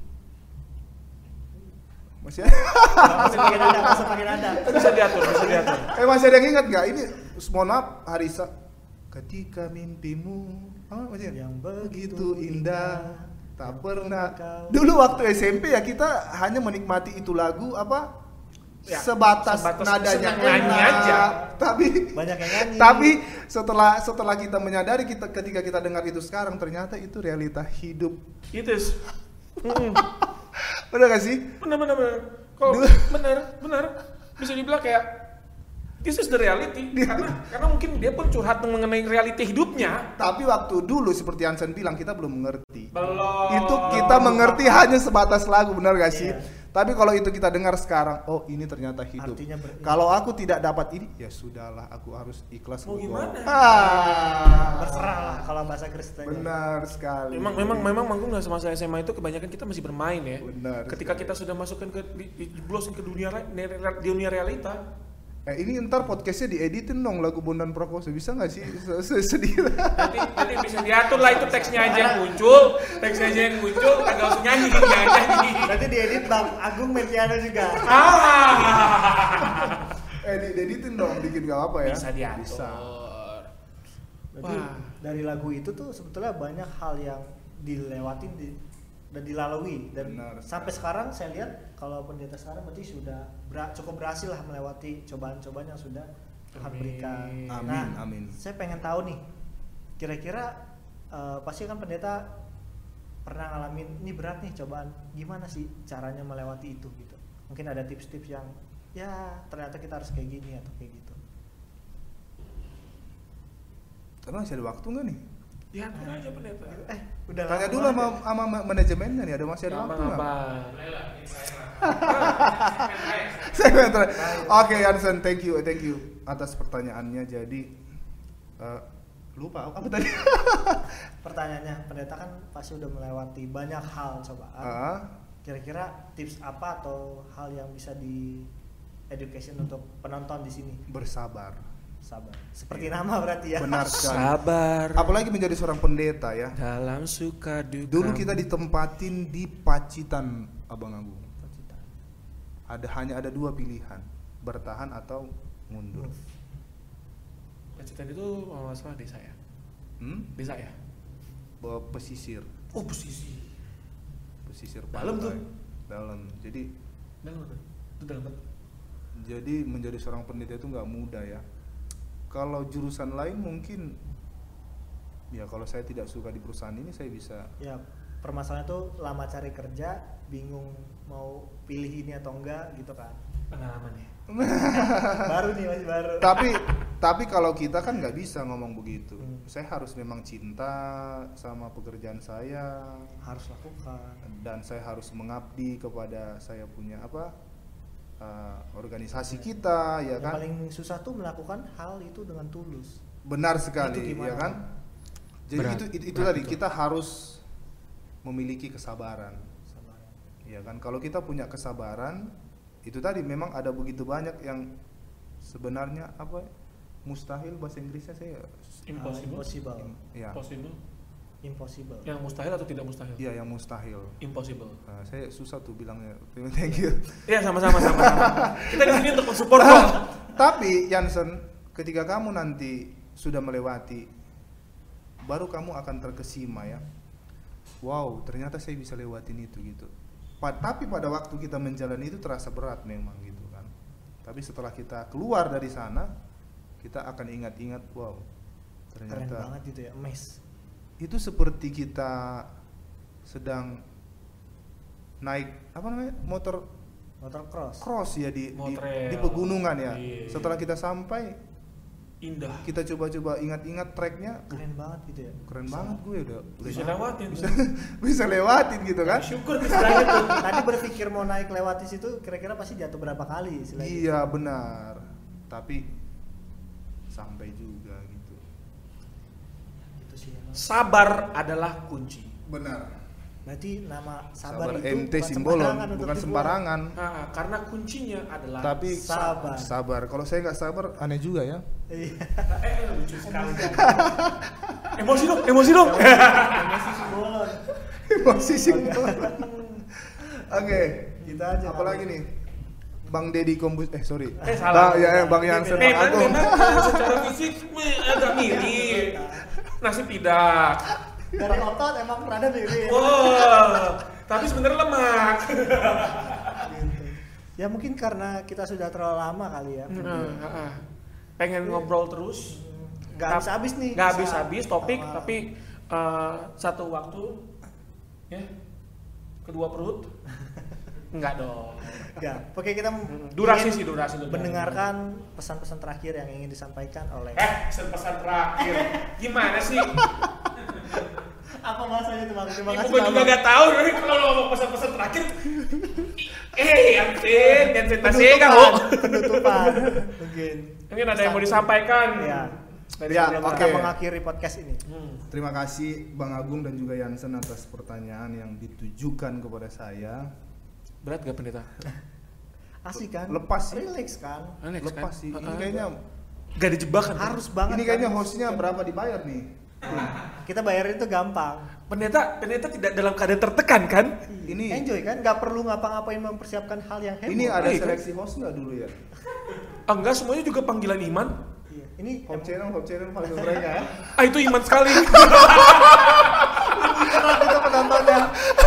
Speaker 1: masih
Speaker 3: Masih makin ada, masih makin ada.
Speaker 2: Bisa diatur, bisa diatur.
Speaker 1: eh masih ada yang ingat nggak ini? Mohon maaf hari Sa ketika mimpimu oh, masih ingat?
Speaker 3: Yang
Speaker 1: begitu indah tak pernah.
Speaker 3: kau-
Speaker 1: Dulu waktu S M P ya kita hanya menikmati itu lagu apa
Speaker 2: Ya,
Speaker 1: sebatas,
Speaker 2: sebatas
Speaker 1: nadanya
Speaker 2: senang nyanyi
Speaker 1: enak.
Speaker 2: aja.
Speaker 1: Tapi
Speaker 3: Banyak yang nyanyi.
Speaker 1: tapi setelah setelah kita menyadari kita ketika kita dengar itu sekarang ternyata itu realita hidup.
Speaker 2: Itu. Mm.
Speaker 1: Udah gak sih?
Speaker 2: Benar benar benar. Kok
Speaker 1: Dulu-
Speaker 2: benar benar. bisa dibilang kayak this is the reality karena karena mungkin dia pun curhat mengenai reality hidupnya.
Speaker 1: Tapi waktu dulu seperti Hansen bilang kita belum mengerti.
Speaker 2: Belum.
Speaker 1: Itu kita mengerti hanya sebatas lagu, benar gak sih?
Speaker 3: Iya.
Speaker 1: Tapi kalau itu kita dengar sekarang, oh ini ternyata hidup.
Speaker 3: Artinya ber-
Speaker 1: Kalau aku tidak dapat ini, ya sudahlah, aku harus ikhlas.
Speaker 2: Mau
Speaker 1: berdoa.
Speaker 2: gimana?
Speaker 1: Ah,
Speaker 3: Berserah lah kalau bahasa Kristen.
Speaker 1: benar sekali.
Speaker 2: Memang memang memang manggung nggak semasa S M A itu kebanyakan kita masih bermain ya.
Speaker 1: Benar
Speaker 2: Ketika
Speaker 1: sekali.
Speaker 2: kita sudah masukkan ke di, dijeblosin ke dunia re- ne- dunia realita.
Speaker 1: Eh ini ntar podcastnya dieditin dong lagu Bondan Prakoso, bisa nggak sih? Se- se- Sedih.
Speaker 2: Nanti nanti bisa diatur lah itu teksnya aja yang muncul, teksnya aja yang muncul, kagak usah nyanyi dia nyanyi.
Speaker 3: Nanti diedit Bang Agung main piano juga.
Speaker 2: Ah.
Speaker 1: eh di dieditin dong, dikit gak apa ya?
Speaker 2: Bisa diatur.
Speaker 1: Bisa.
Speaker 3: Jadi
Speaker 2: Wah.
Speaker 3: dari lagu itu tuh sebetulnya banyak hal yang dilewatin di, dan dilalui dan
Speaker 1: Benar
Speaker 3: sampai
Speaker 1: sekali.
Speaker 3: sekarang saya lihat kalau pendeta sekarang berarti sudah ber- cukup berhasil lah melewati cobaan-cobaan yang sudah Tuhan
Speaker 2: Amin.
Speaker 3: berikan.
Speaker 1: Amin,
Speaker 3: Nah,
Speaker 1: amin.
Speaker 3: saya pengen tahu nih, kira-kira eh, pasti kan pendeta pernah ngalamin ini berat nih cobaan, gimana sih caranya melewati itu gitu? Mungkin ada tips-tips yang ya ternyata kita harus kayak gini atau kayak gitu.
Speaker 1: Tapi masih ada waktu nggak nih?
Speaker 2: Diatur aja pendeta.
Speaker 3: Eh, udah
Speaker 1: Tanya
Speaker 3: lama
Speaker 1: dulu
Speaker 3: banget
Speaker 1: sama,
Speaker 3: ya.
Speaker 1: sama ma- manajemennya nih, ada masih ada waktu nggak?
Speaker 2: Apa?
Speaker 1: Segmen terakhir. Oke, Hansen, thank you, thank you atas pertanyaannya. Jadi eh, lupa apa tadi?
Speaker 3: Pertanyaannya, pendeta kan pasti udah melewati banyak hal cobaan.
Speaker 1: Ah,
Speaker 3: Kira-kira tips apa atau hal yang bisa di education untuk penonton di sini?
Speaker 1: bersabar.
Speaker 3: Sabar. Seperti nama berarti ya.
Speaker 1: Benar sekali.
Speaker 2: Sabar.
Speaker 1: Apalagi menjadi seorang pendeta ya.
Speaker 2: Dalam suka duka.
Speaker 1: Dulu kita ditempatin di Pacitan, Abang Agung.
Speaker 3: Cita.
Speaker 1: Ada hanya ada dua pilihan, bertahan atau mundur.
Speaker 2: Pacitan itu kalau nggak salah desa ya.
Speaker 1: Hmm?
Speaker 2: Desa ya.
Speaker 1: Bawa pesisir,
Speaker 2: Oh posisi.
Speaker 1: pesisir
Speaker 2: Dalam
Speaker 1: pantai.
Speaker 2: tuh?
Speaker 1: Dalam. Jadi
Speaker 2: Dalam apa? Itu dalam apa?
Speaker 1: jadi menjadi seorang pendeta itu nggak mudah ya. Kalau jurusan lain mungkin ya kalau saya tidak suka di perusahaan ini saya bisa
Speaker 3: Ya, permasalahan tuh lama cari kerja, bingung mau pilih ini atau enggak gitu kan.
Speaker 2: Pengalaman ya.
Speaker 3: Baru nih, masih baru.
Speaker 1: tapi tapi kalau kita kan nggak bisa ngomong begitu.
Speaker 3: Hmm.
Speaker 1: Saya harus memang cinta sama pekerjaan saya
Speaker 3: Harus lakukan.
Speaker 1: dan saya harus mengabdi kepada saya punya apa uh, organisasi kita ya
Speaker 3: Yang
Speaker 1: kan.
Speaker 3: paling susah tuh melakukan hal itu dengan tulus.
Speaker 1: Benar sekali
Speaker 3: Itu gimana
Speaker 1: ya kan. Jadi
Speaker 2: Berat,
Speaker 1: itu itu, itu
Speaker 2: berat
Speaker 1: tadi
Speaker 2: itu.
Speaker 1: kita harus memiliki kesabaran.
Speaker 3: Sabar.
Speaker 1: Ya kan, kalau kita punya kesabaran, itu tadi memang ada begitu banyak yang sebenarnya apa mustahil bahasa Inggrisnya saya
Speaker 2: Impossible.
Speaker 3: Impossible.
Speaker 1: ya
Speaker 2: Possible.
Speaker 3: Impossible.
Speaker 2: Yang mustahil atau tidak mustahil?
Speaker 1: iya yang mustahil.
Speaker 2: Impossible.
Speaker 1: Nah, saya susah tuh bilangnya. Thank you.
Speaker 2: Iya sama-sama sama-sama. Kita di sini untuk mensupport kok.
Speaker 1: Tapi Jansen, ketika kamu nanti sudah melewati, baru kamu akan terkesima ya. Wow, ternyata saya bisa lewatin itu gitu. Pa- tapi pada waktu kita menjalani itu terasa berat memang gitu kan. Tapi setelah kita keluar dari sana, kita akan ingat-ingat, wow,
Speaker 3: Keren
Speaker 1: ternyata
Speaker 3: banget gitu ya, emes.
Speaker 1: itu seperti kita sedang naik apa namanya motor
Speaker 3: Motor cross.
Speaker 1: cross ya di di,
Speaker 2: Motrail.
Speaker 1: di pegunungan ya.
Speaker 2: Iya.
Speaker 1: Setelah kita sampai,
Speaker 2: Indah.
Speaker 1: kita coba-coba ingat-ingat treknya, uh,
Speaker 3: Keren banget gitu ya.
Speaker 1: keren
Speaker 3: Bisa.
Speaker 1: banget gue udah udah
Speaker 2: Bisa
Speaker 1: nyampe.
Speaker 2: lewatin.
Speaker 1: bisa bisa lewatin gitu kan.
Speaker 2: Syukur istilahnya tuh.
Speaker 3: Tadi berpikir mau naik lewat di situ, kira-kira pasti jatuh berapa kali istilahnya.
Speaker 1: Iya benar, tapi sampai juga gitu.
Speaker 3: Itu sih emang.
Speaker 2: Sabar adalah kunci.
Speaker 1: Benar.
Speaker 3: Berarti nama sabar,
Speaker 1: Sabar
Speaker 3: itu
Speaker 1: M T
Speaker 3: bukan
Speaker 1: simbolon,
Speaker 3: sembarangan untuk
Speaker 1: bukan
Speaker 3: dibuat.
Speaker 1: sembarangan.
Speaker 2: Nah, karena kuncinya adalah
Speaker 1: Tapi
Speaker 3: sabar.
Speaker 1: sabar. Kalau saya nggak sabar, aneh juga ya.
Speaker 3: Iya.
Speaker 2: eh lucu sekali. Emosi dong, emosi dong.
Speaker 3: Emosi simbolon.
Speaker 1: Emosi simbolon. Oke.
Speaker 3: Kita aja.
Speaker 1: Apalagi nih? Bang Deddy Kombus, eh sorry.
Speaker 2: Eh, salah.
Speaker 1: Bang, ya, eh, Bang Jansen, Bang
Speaker 2: Memang
Speaker 1: Agung.
Speaker 2: memang secara fisik eh, agak mirip. Nasi pidak.
Speaker 3: Dari otot emang rada mirip.
Speaker 2: Oh, tapi sebenarnya lemak.
Speaker 3: Gitu. Ya mungkin karena kita sudah terlalu lama kali ya.
Speaker 2: Nah, ah, ah. Pengen ngobrol terus.
Speaker 3: Gak habis-habis nih.
Speaker 2: Gak
Speaker 3: bisa
Speaker 2: habis-habis topik,
Speaker 3: sama-
Speaker 2: tapi eh, satu waktu, ya, kedua perut. Enggak dong.
Speaker 3: Ya, oke kita
Speaker 2: Durasi
Speaker 3: ingin
Speaker 2: sih, durasi lebih.
Speaker 3: mendengarkan pesan-pesan terakhir yang ingin disampaikan oleh
Speaker 2: Eh, pesan-pesan terakhir. Gimana sih?
Speaker 3: apa bahasanya tuh Bang? Terima
Speaker 2: Ibu
Speaker 3: kasih.
Speaker 2: gue juga
Speaker 3: Bang.
Speaker 2: gak tahu nih kalau lo ngomong pesan-pesan terakhir. Eh, Antin, yang cerita sih kamu.
Speaker 3: Penutupan. Mungkin.
Speaker 2: Mungkin ada yang mau disampaikan.
Speaker 3: Ya.
Speaker 2: Dari
Speaker 1: Ya,
Speaker 2: sebelum
Speaker 1: oke.
Speaker 3: Kita mengakhiri podcast ini.
Speaker 2: Hmm.
Speaker 1: Terima kasih Bang Agung dan juga Yansen atas pertanyaan yang ditujukan kepada saya.
Speaker 2: Berat gak pendeta?
Speaker 3: Asik kan?
Speaker 1: Lepas sih.
Speaker 3: Relax kan?
Speaker 2: Alex,
Speaker 1: Lepas
Speaker 2: kan?
Speaker 1: sih. Ini
Speaker 2: Uh-uh.
Speaker 1: kayaknya
Speaker 2: Gak dijebak kan?
Speaker 3: Harus banget.
Speaker 1: ini kayaknya
Speaker 3: kan?
Speaker 1: hostnya berapa dibayar nih?
Speaker 3: Kita bayar itu gampang.
Speaker 2: Pendeta, pendeta tidak dalam keadaan tertekan kan?
Speaker 1: Ini-
Speaker 3: enjoy kan? Gak perlu ngapa-ngapain mempersiapkan hal yang heboh.
Speaker 1: Ini ada
Speaker 2: Iya, kan?
Speaker 1: seleksi host nggak dulu ya?
Speaker 2: Ah, enggak, semuanya juga panggilan iman.
Speaker 3: Iya. Ini
Speaker 1: Home channel, home channel paling mereka ya.
Speaker 2: Ah, itu iman sekali.
Speaker 3: berat itu penontonnya.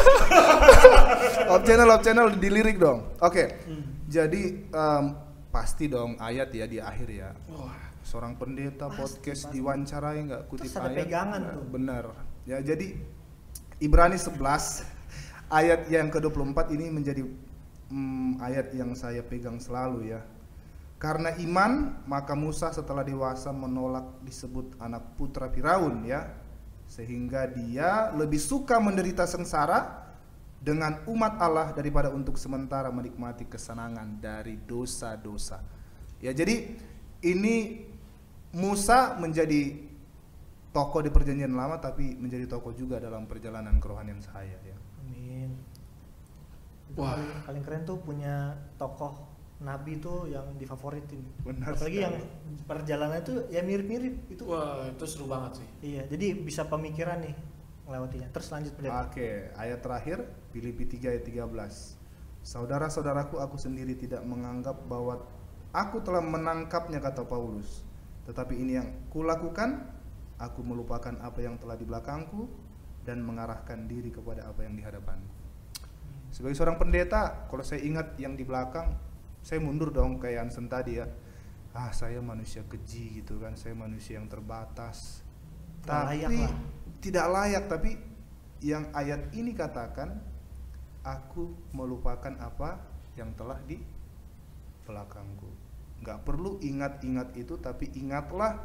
Speaker 1: Home channel, home channel dilirik dong. Oke. Jadi em, pasti dong ayat ya di akhir ya.
Speaker 2: Wah.
Speaker 1: Seorang pendeta
Speaker 3: Pasti,
Speaker 1: podcast
Speaker 3: pasti.
Speaker 1: diwawancarai nggak kutip
Speaker 3: Terus ada
Speaker 1: ayat.
Speaker 3: pegangan
Speaker 1: Nah,
Speaker 3: tuh.
Speaker 1: Benar. Ya jadi Ibrani sebelas ayat yang ke dua puluh empat ini menjadi mm, ayat yang saya pegang selalu ya. Karena iman maka Musa setelah dewasa menolak disebut anak putra Firaun ya. Sehingga dia lebih suka menderita sengsara dengan umat Allah daripada untuk sementara menikmati kesenangan dari dosa-dosa. Ya jadi ini Musa menjadi tokoh di perjanjian lama tapi menjadi tokoh juga dalam perjalanan kerohanian saya ya.
Speaker 3: Amin. Itu
Speaker 2: Wah.
Speaker 3: Paling, paling keren tuh punya tokoh nabi tuh yang difavoritin.
Speaker 1: Benar
Speaker 3: Apalagi
Speaker 1: sekali.
Speaker 3: yang perjalanan itu ya mirip-mirip itu.
Speaker 2: Wah, itu seru banget sih.
Speaker 3: Iya, jadi bisa pemikiran nih melewatinya. Terus lanjut pendeta.
Speaker 1: Oke, ayat terakhir Filipi tiga ayat tiga belas. Saudara-saudaraku, aku sendiri tidak menganggap bahwa aku telah menangkapnya, kata Paulus. Tetapi ini yang kulakukan, aku melupakan apa yang telah di belakangku dan mengarahkan diri kepada apa yang di hadapanku. Sebagai seorang pendeta, kalau saya ingat yang di belakang, saya mundur dong kayak Ansen tadi ya. Ah, saya manusia keji gitu kan, saya manusia yang terbatas.
Speaker 3: Nggak
Speaker 1: Tapi
Speaker 3: layak lah.
Speaker 1: tidak layak, tapi yang ayat ini katakan, aku melupakan apa yang telah di belakangku. Nggak perlu ingat-ingat itu, tapi ingatlah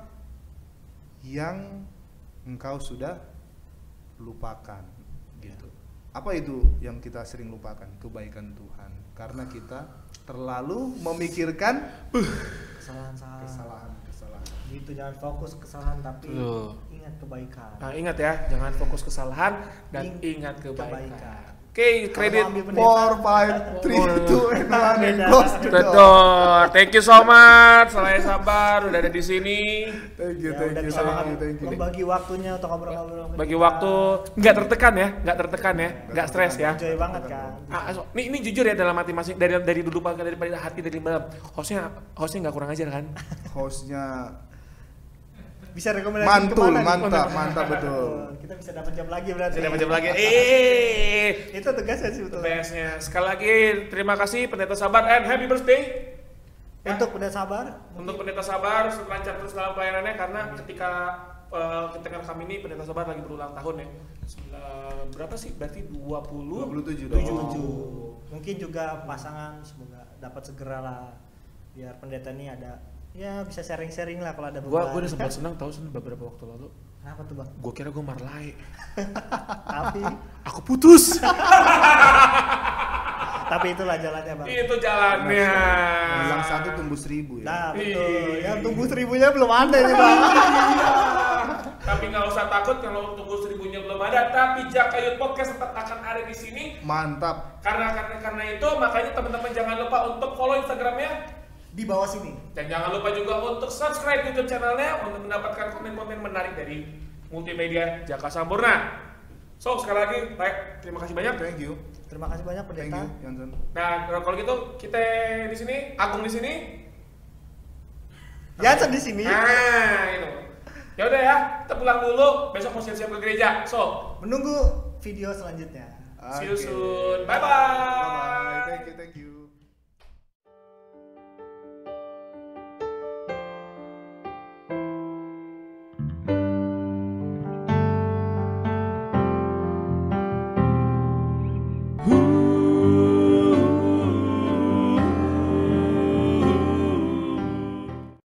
Speaker 1: yang engkau sudah lupakan gitu. Apa itu yang kita sering lupakan? Kebaikan Tuhan. Karena kita terlalu memikirkan
Speaker 3: Kesalahan-kesalahan.
Speaker 1: kesalahan-kesalahan.
Speaker 3: Gitu, jangan fokus kesalahan tapi
Speaker 2: Tuh.
Speaker 3: ingat kebaikan.
Speaker 2: Nah, ingat ya, jangan fokus kesalahan dan
Speaker 3: Ing-
Speaker 2: ingat kebaikan.
Speaker 3: kebaikan.
Speaker 2: Oke, kredit.
Speaker 3: Kalau mau ambil pendeta,
Speaker 1: four, five, three, two, and one, and
Speaker 3: Beda.
Speaker 1: close the door.
Speaker 2: Betul. Thank you so much. Saya sabar udah ada di sini.
Speaker 1: Thank you,
Speaker 3: Ya,
Speaker 1: thank
Speaker 3: udah
Speaker 1: you,
Speaker 3: bisa
Speaker 1: thank
Speaker 3: banget
Speaker 1: you, thank you.
Speaker 3: membagi waktunya untuk ngobrol-ngobrol. sama
Speaker 2: Bagi
Speaker 3: kita.
Speaker 2: waktu nggak tertekan ya, nggak tertekan ya, nggak stres ya.
Speaker 3: Enjoy banget kan.
Speaker 2: Ah, so, ini, ini jujur ya dalam hati masing dari dari dulu dari dari hati dari dalam. Hostnya hostnya nggak kurang ajar kan?
Speaker 1: Hostnya
Speaker 3: Bisa rekomendasi
Speaker 1: mantul,
Speaker 3: kemana nih?
Speaker 1: mantap, mantap betul.
Speaker 3: Oh, kita bisa dapat jam lagi berarti.
Speaker 2: Saya dapat jam lagi. Eh,
Speaker 3: Itu tugasnya sih betul.
Speaker 2: best-nya. Sekali lagi terima kasih pendeta sabar and happy birthday. Ya.
Speaker 3: Untuk pendeta sabar,
Speaker 2: Untuk pendeta sabar lancar terus dalam pelayanannya karena ketika uh, ketika kami ini pendeta sabar lagi berulang tahun ya. Sembilan- berapa sih? Berarti dua puluh
Speaker 1: dua puluh tujuh.
Speaker 3: tujuh. Mungkin juga pasangan semoga dapat segera lah biar pendeta ini ada ya bisa sharing-sharing lah kalau ada
Speaker 2: Gua
Speaker 3: beban.
Speaker 2: gua udah sempat senang tahu sen beberapa waktu lalu.
Speaker 3: Kenapa tuh bang?
Speaker 2: Gua kira gua marlai.
Speaker 3: Tapi
Speaker 2: Aku putus.
Speaker 3: tapi itulah jalannya bang.
Speaker 2: Itu jalannya.
Speaker 1: Bilang satu tumbuh seribu ya.
Speaker 3: Nah betul.
Speaker 2: Iya.
Speaker 3: Yang tumbuh seribunya belum ada ini bang.
Speaker 2: Tapi nggak usah takut kalau tunggu seribunya belum ada. Tapi Jakayut Podcast tetap akan ada di sini.
Speaker 1: Mantap.
Speaker 2: Karena karena karena itu makanya teman-teman jangan lupa untuk follow Instagramnya.
Speaker 3: Di bawah sini.
Speaker 2: Dan jangan lupa juga untuk subscribe YouTube channelnya untuk mendapatkan konten-konten menarik dari multimedia Jaka Sampurna. So sekali lagi, baik, terima kasih banyak.
Speaker 1: Thank you.
Speaker 3: Terima kasih banyak
Speaker 1: Thank
Speaker 3: pendeta.
Speaker 1: you, Yansen.
Speaker 2: Nah kalau gitu kita di sini, Agung di sini.
Speaker 3: Jangan di sini.
Speaker 2: Nah itu. Ya udah ya, kita pulang dulu. Besok mau siap-siap ke gereja. So
Speaker 3: Menunggu video selanjutnya.
Speaker 2: see you
Speaker 1: Oke.
Speaker 2: soon. Bye bye.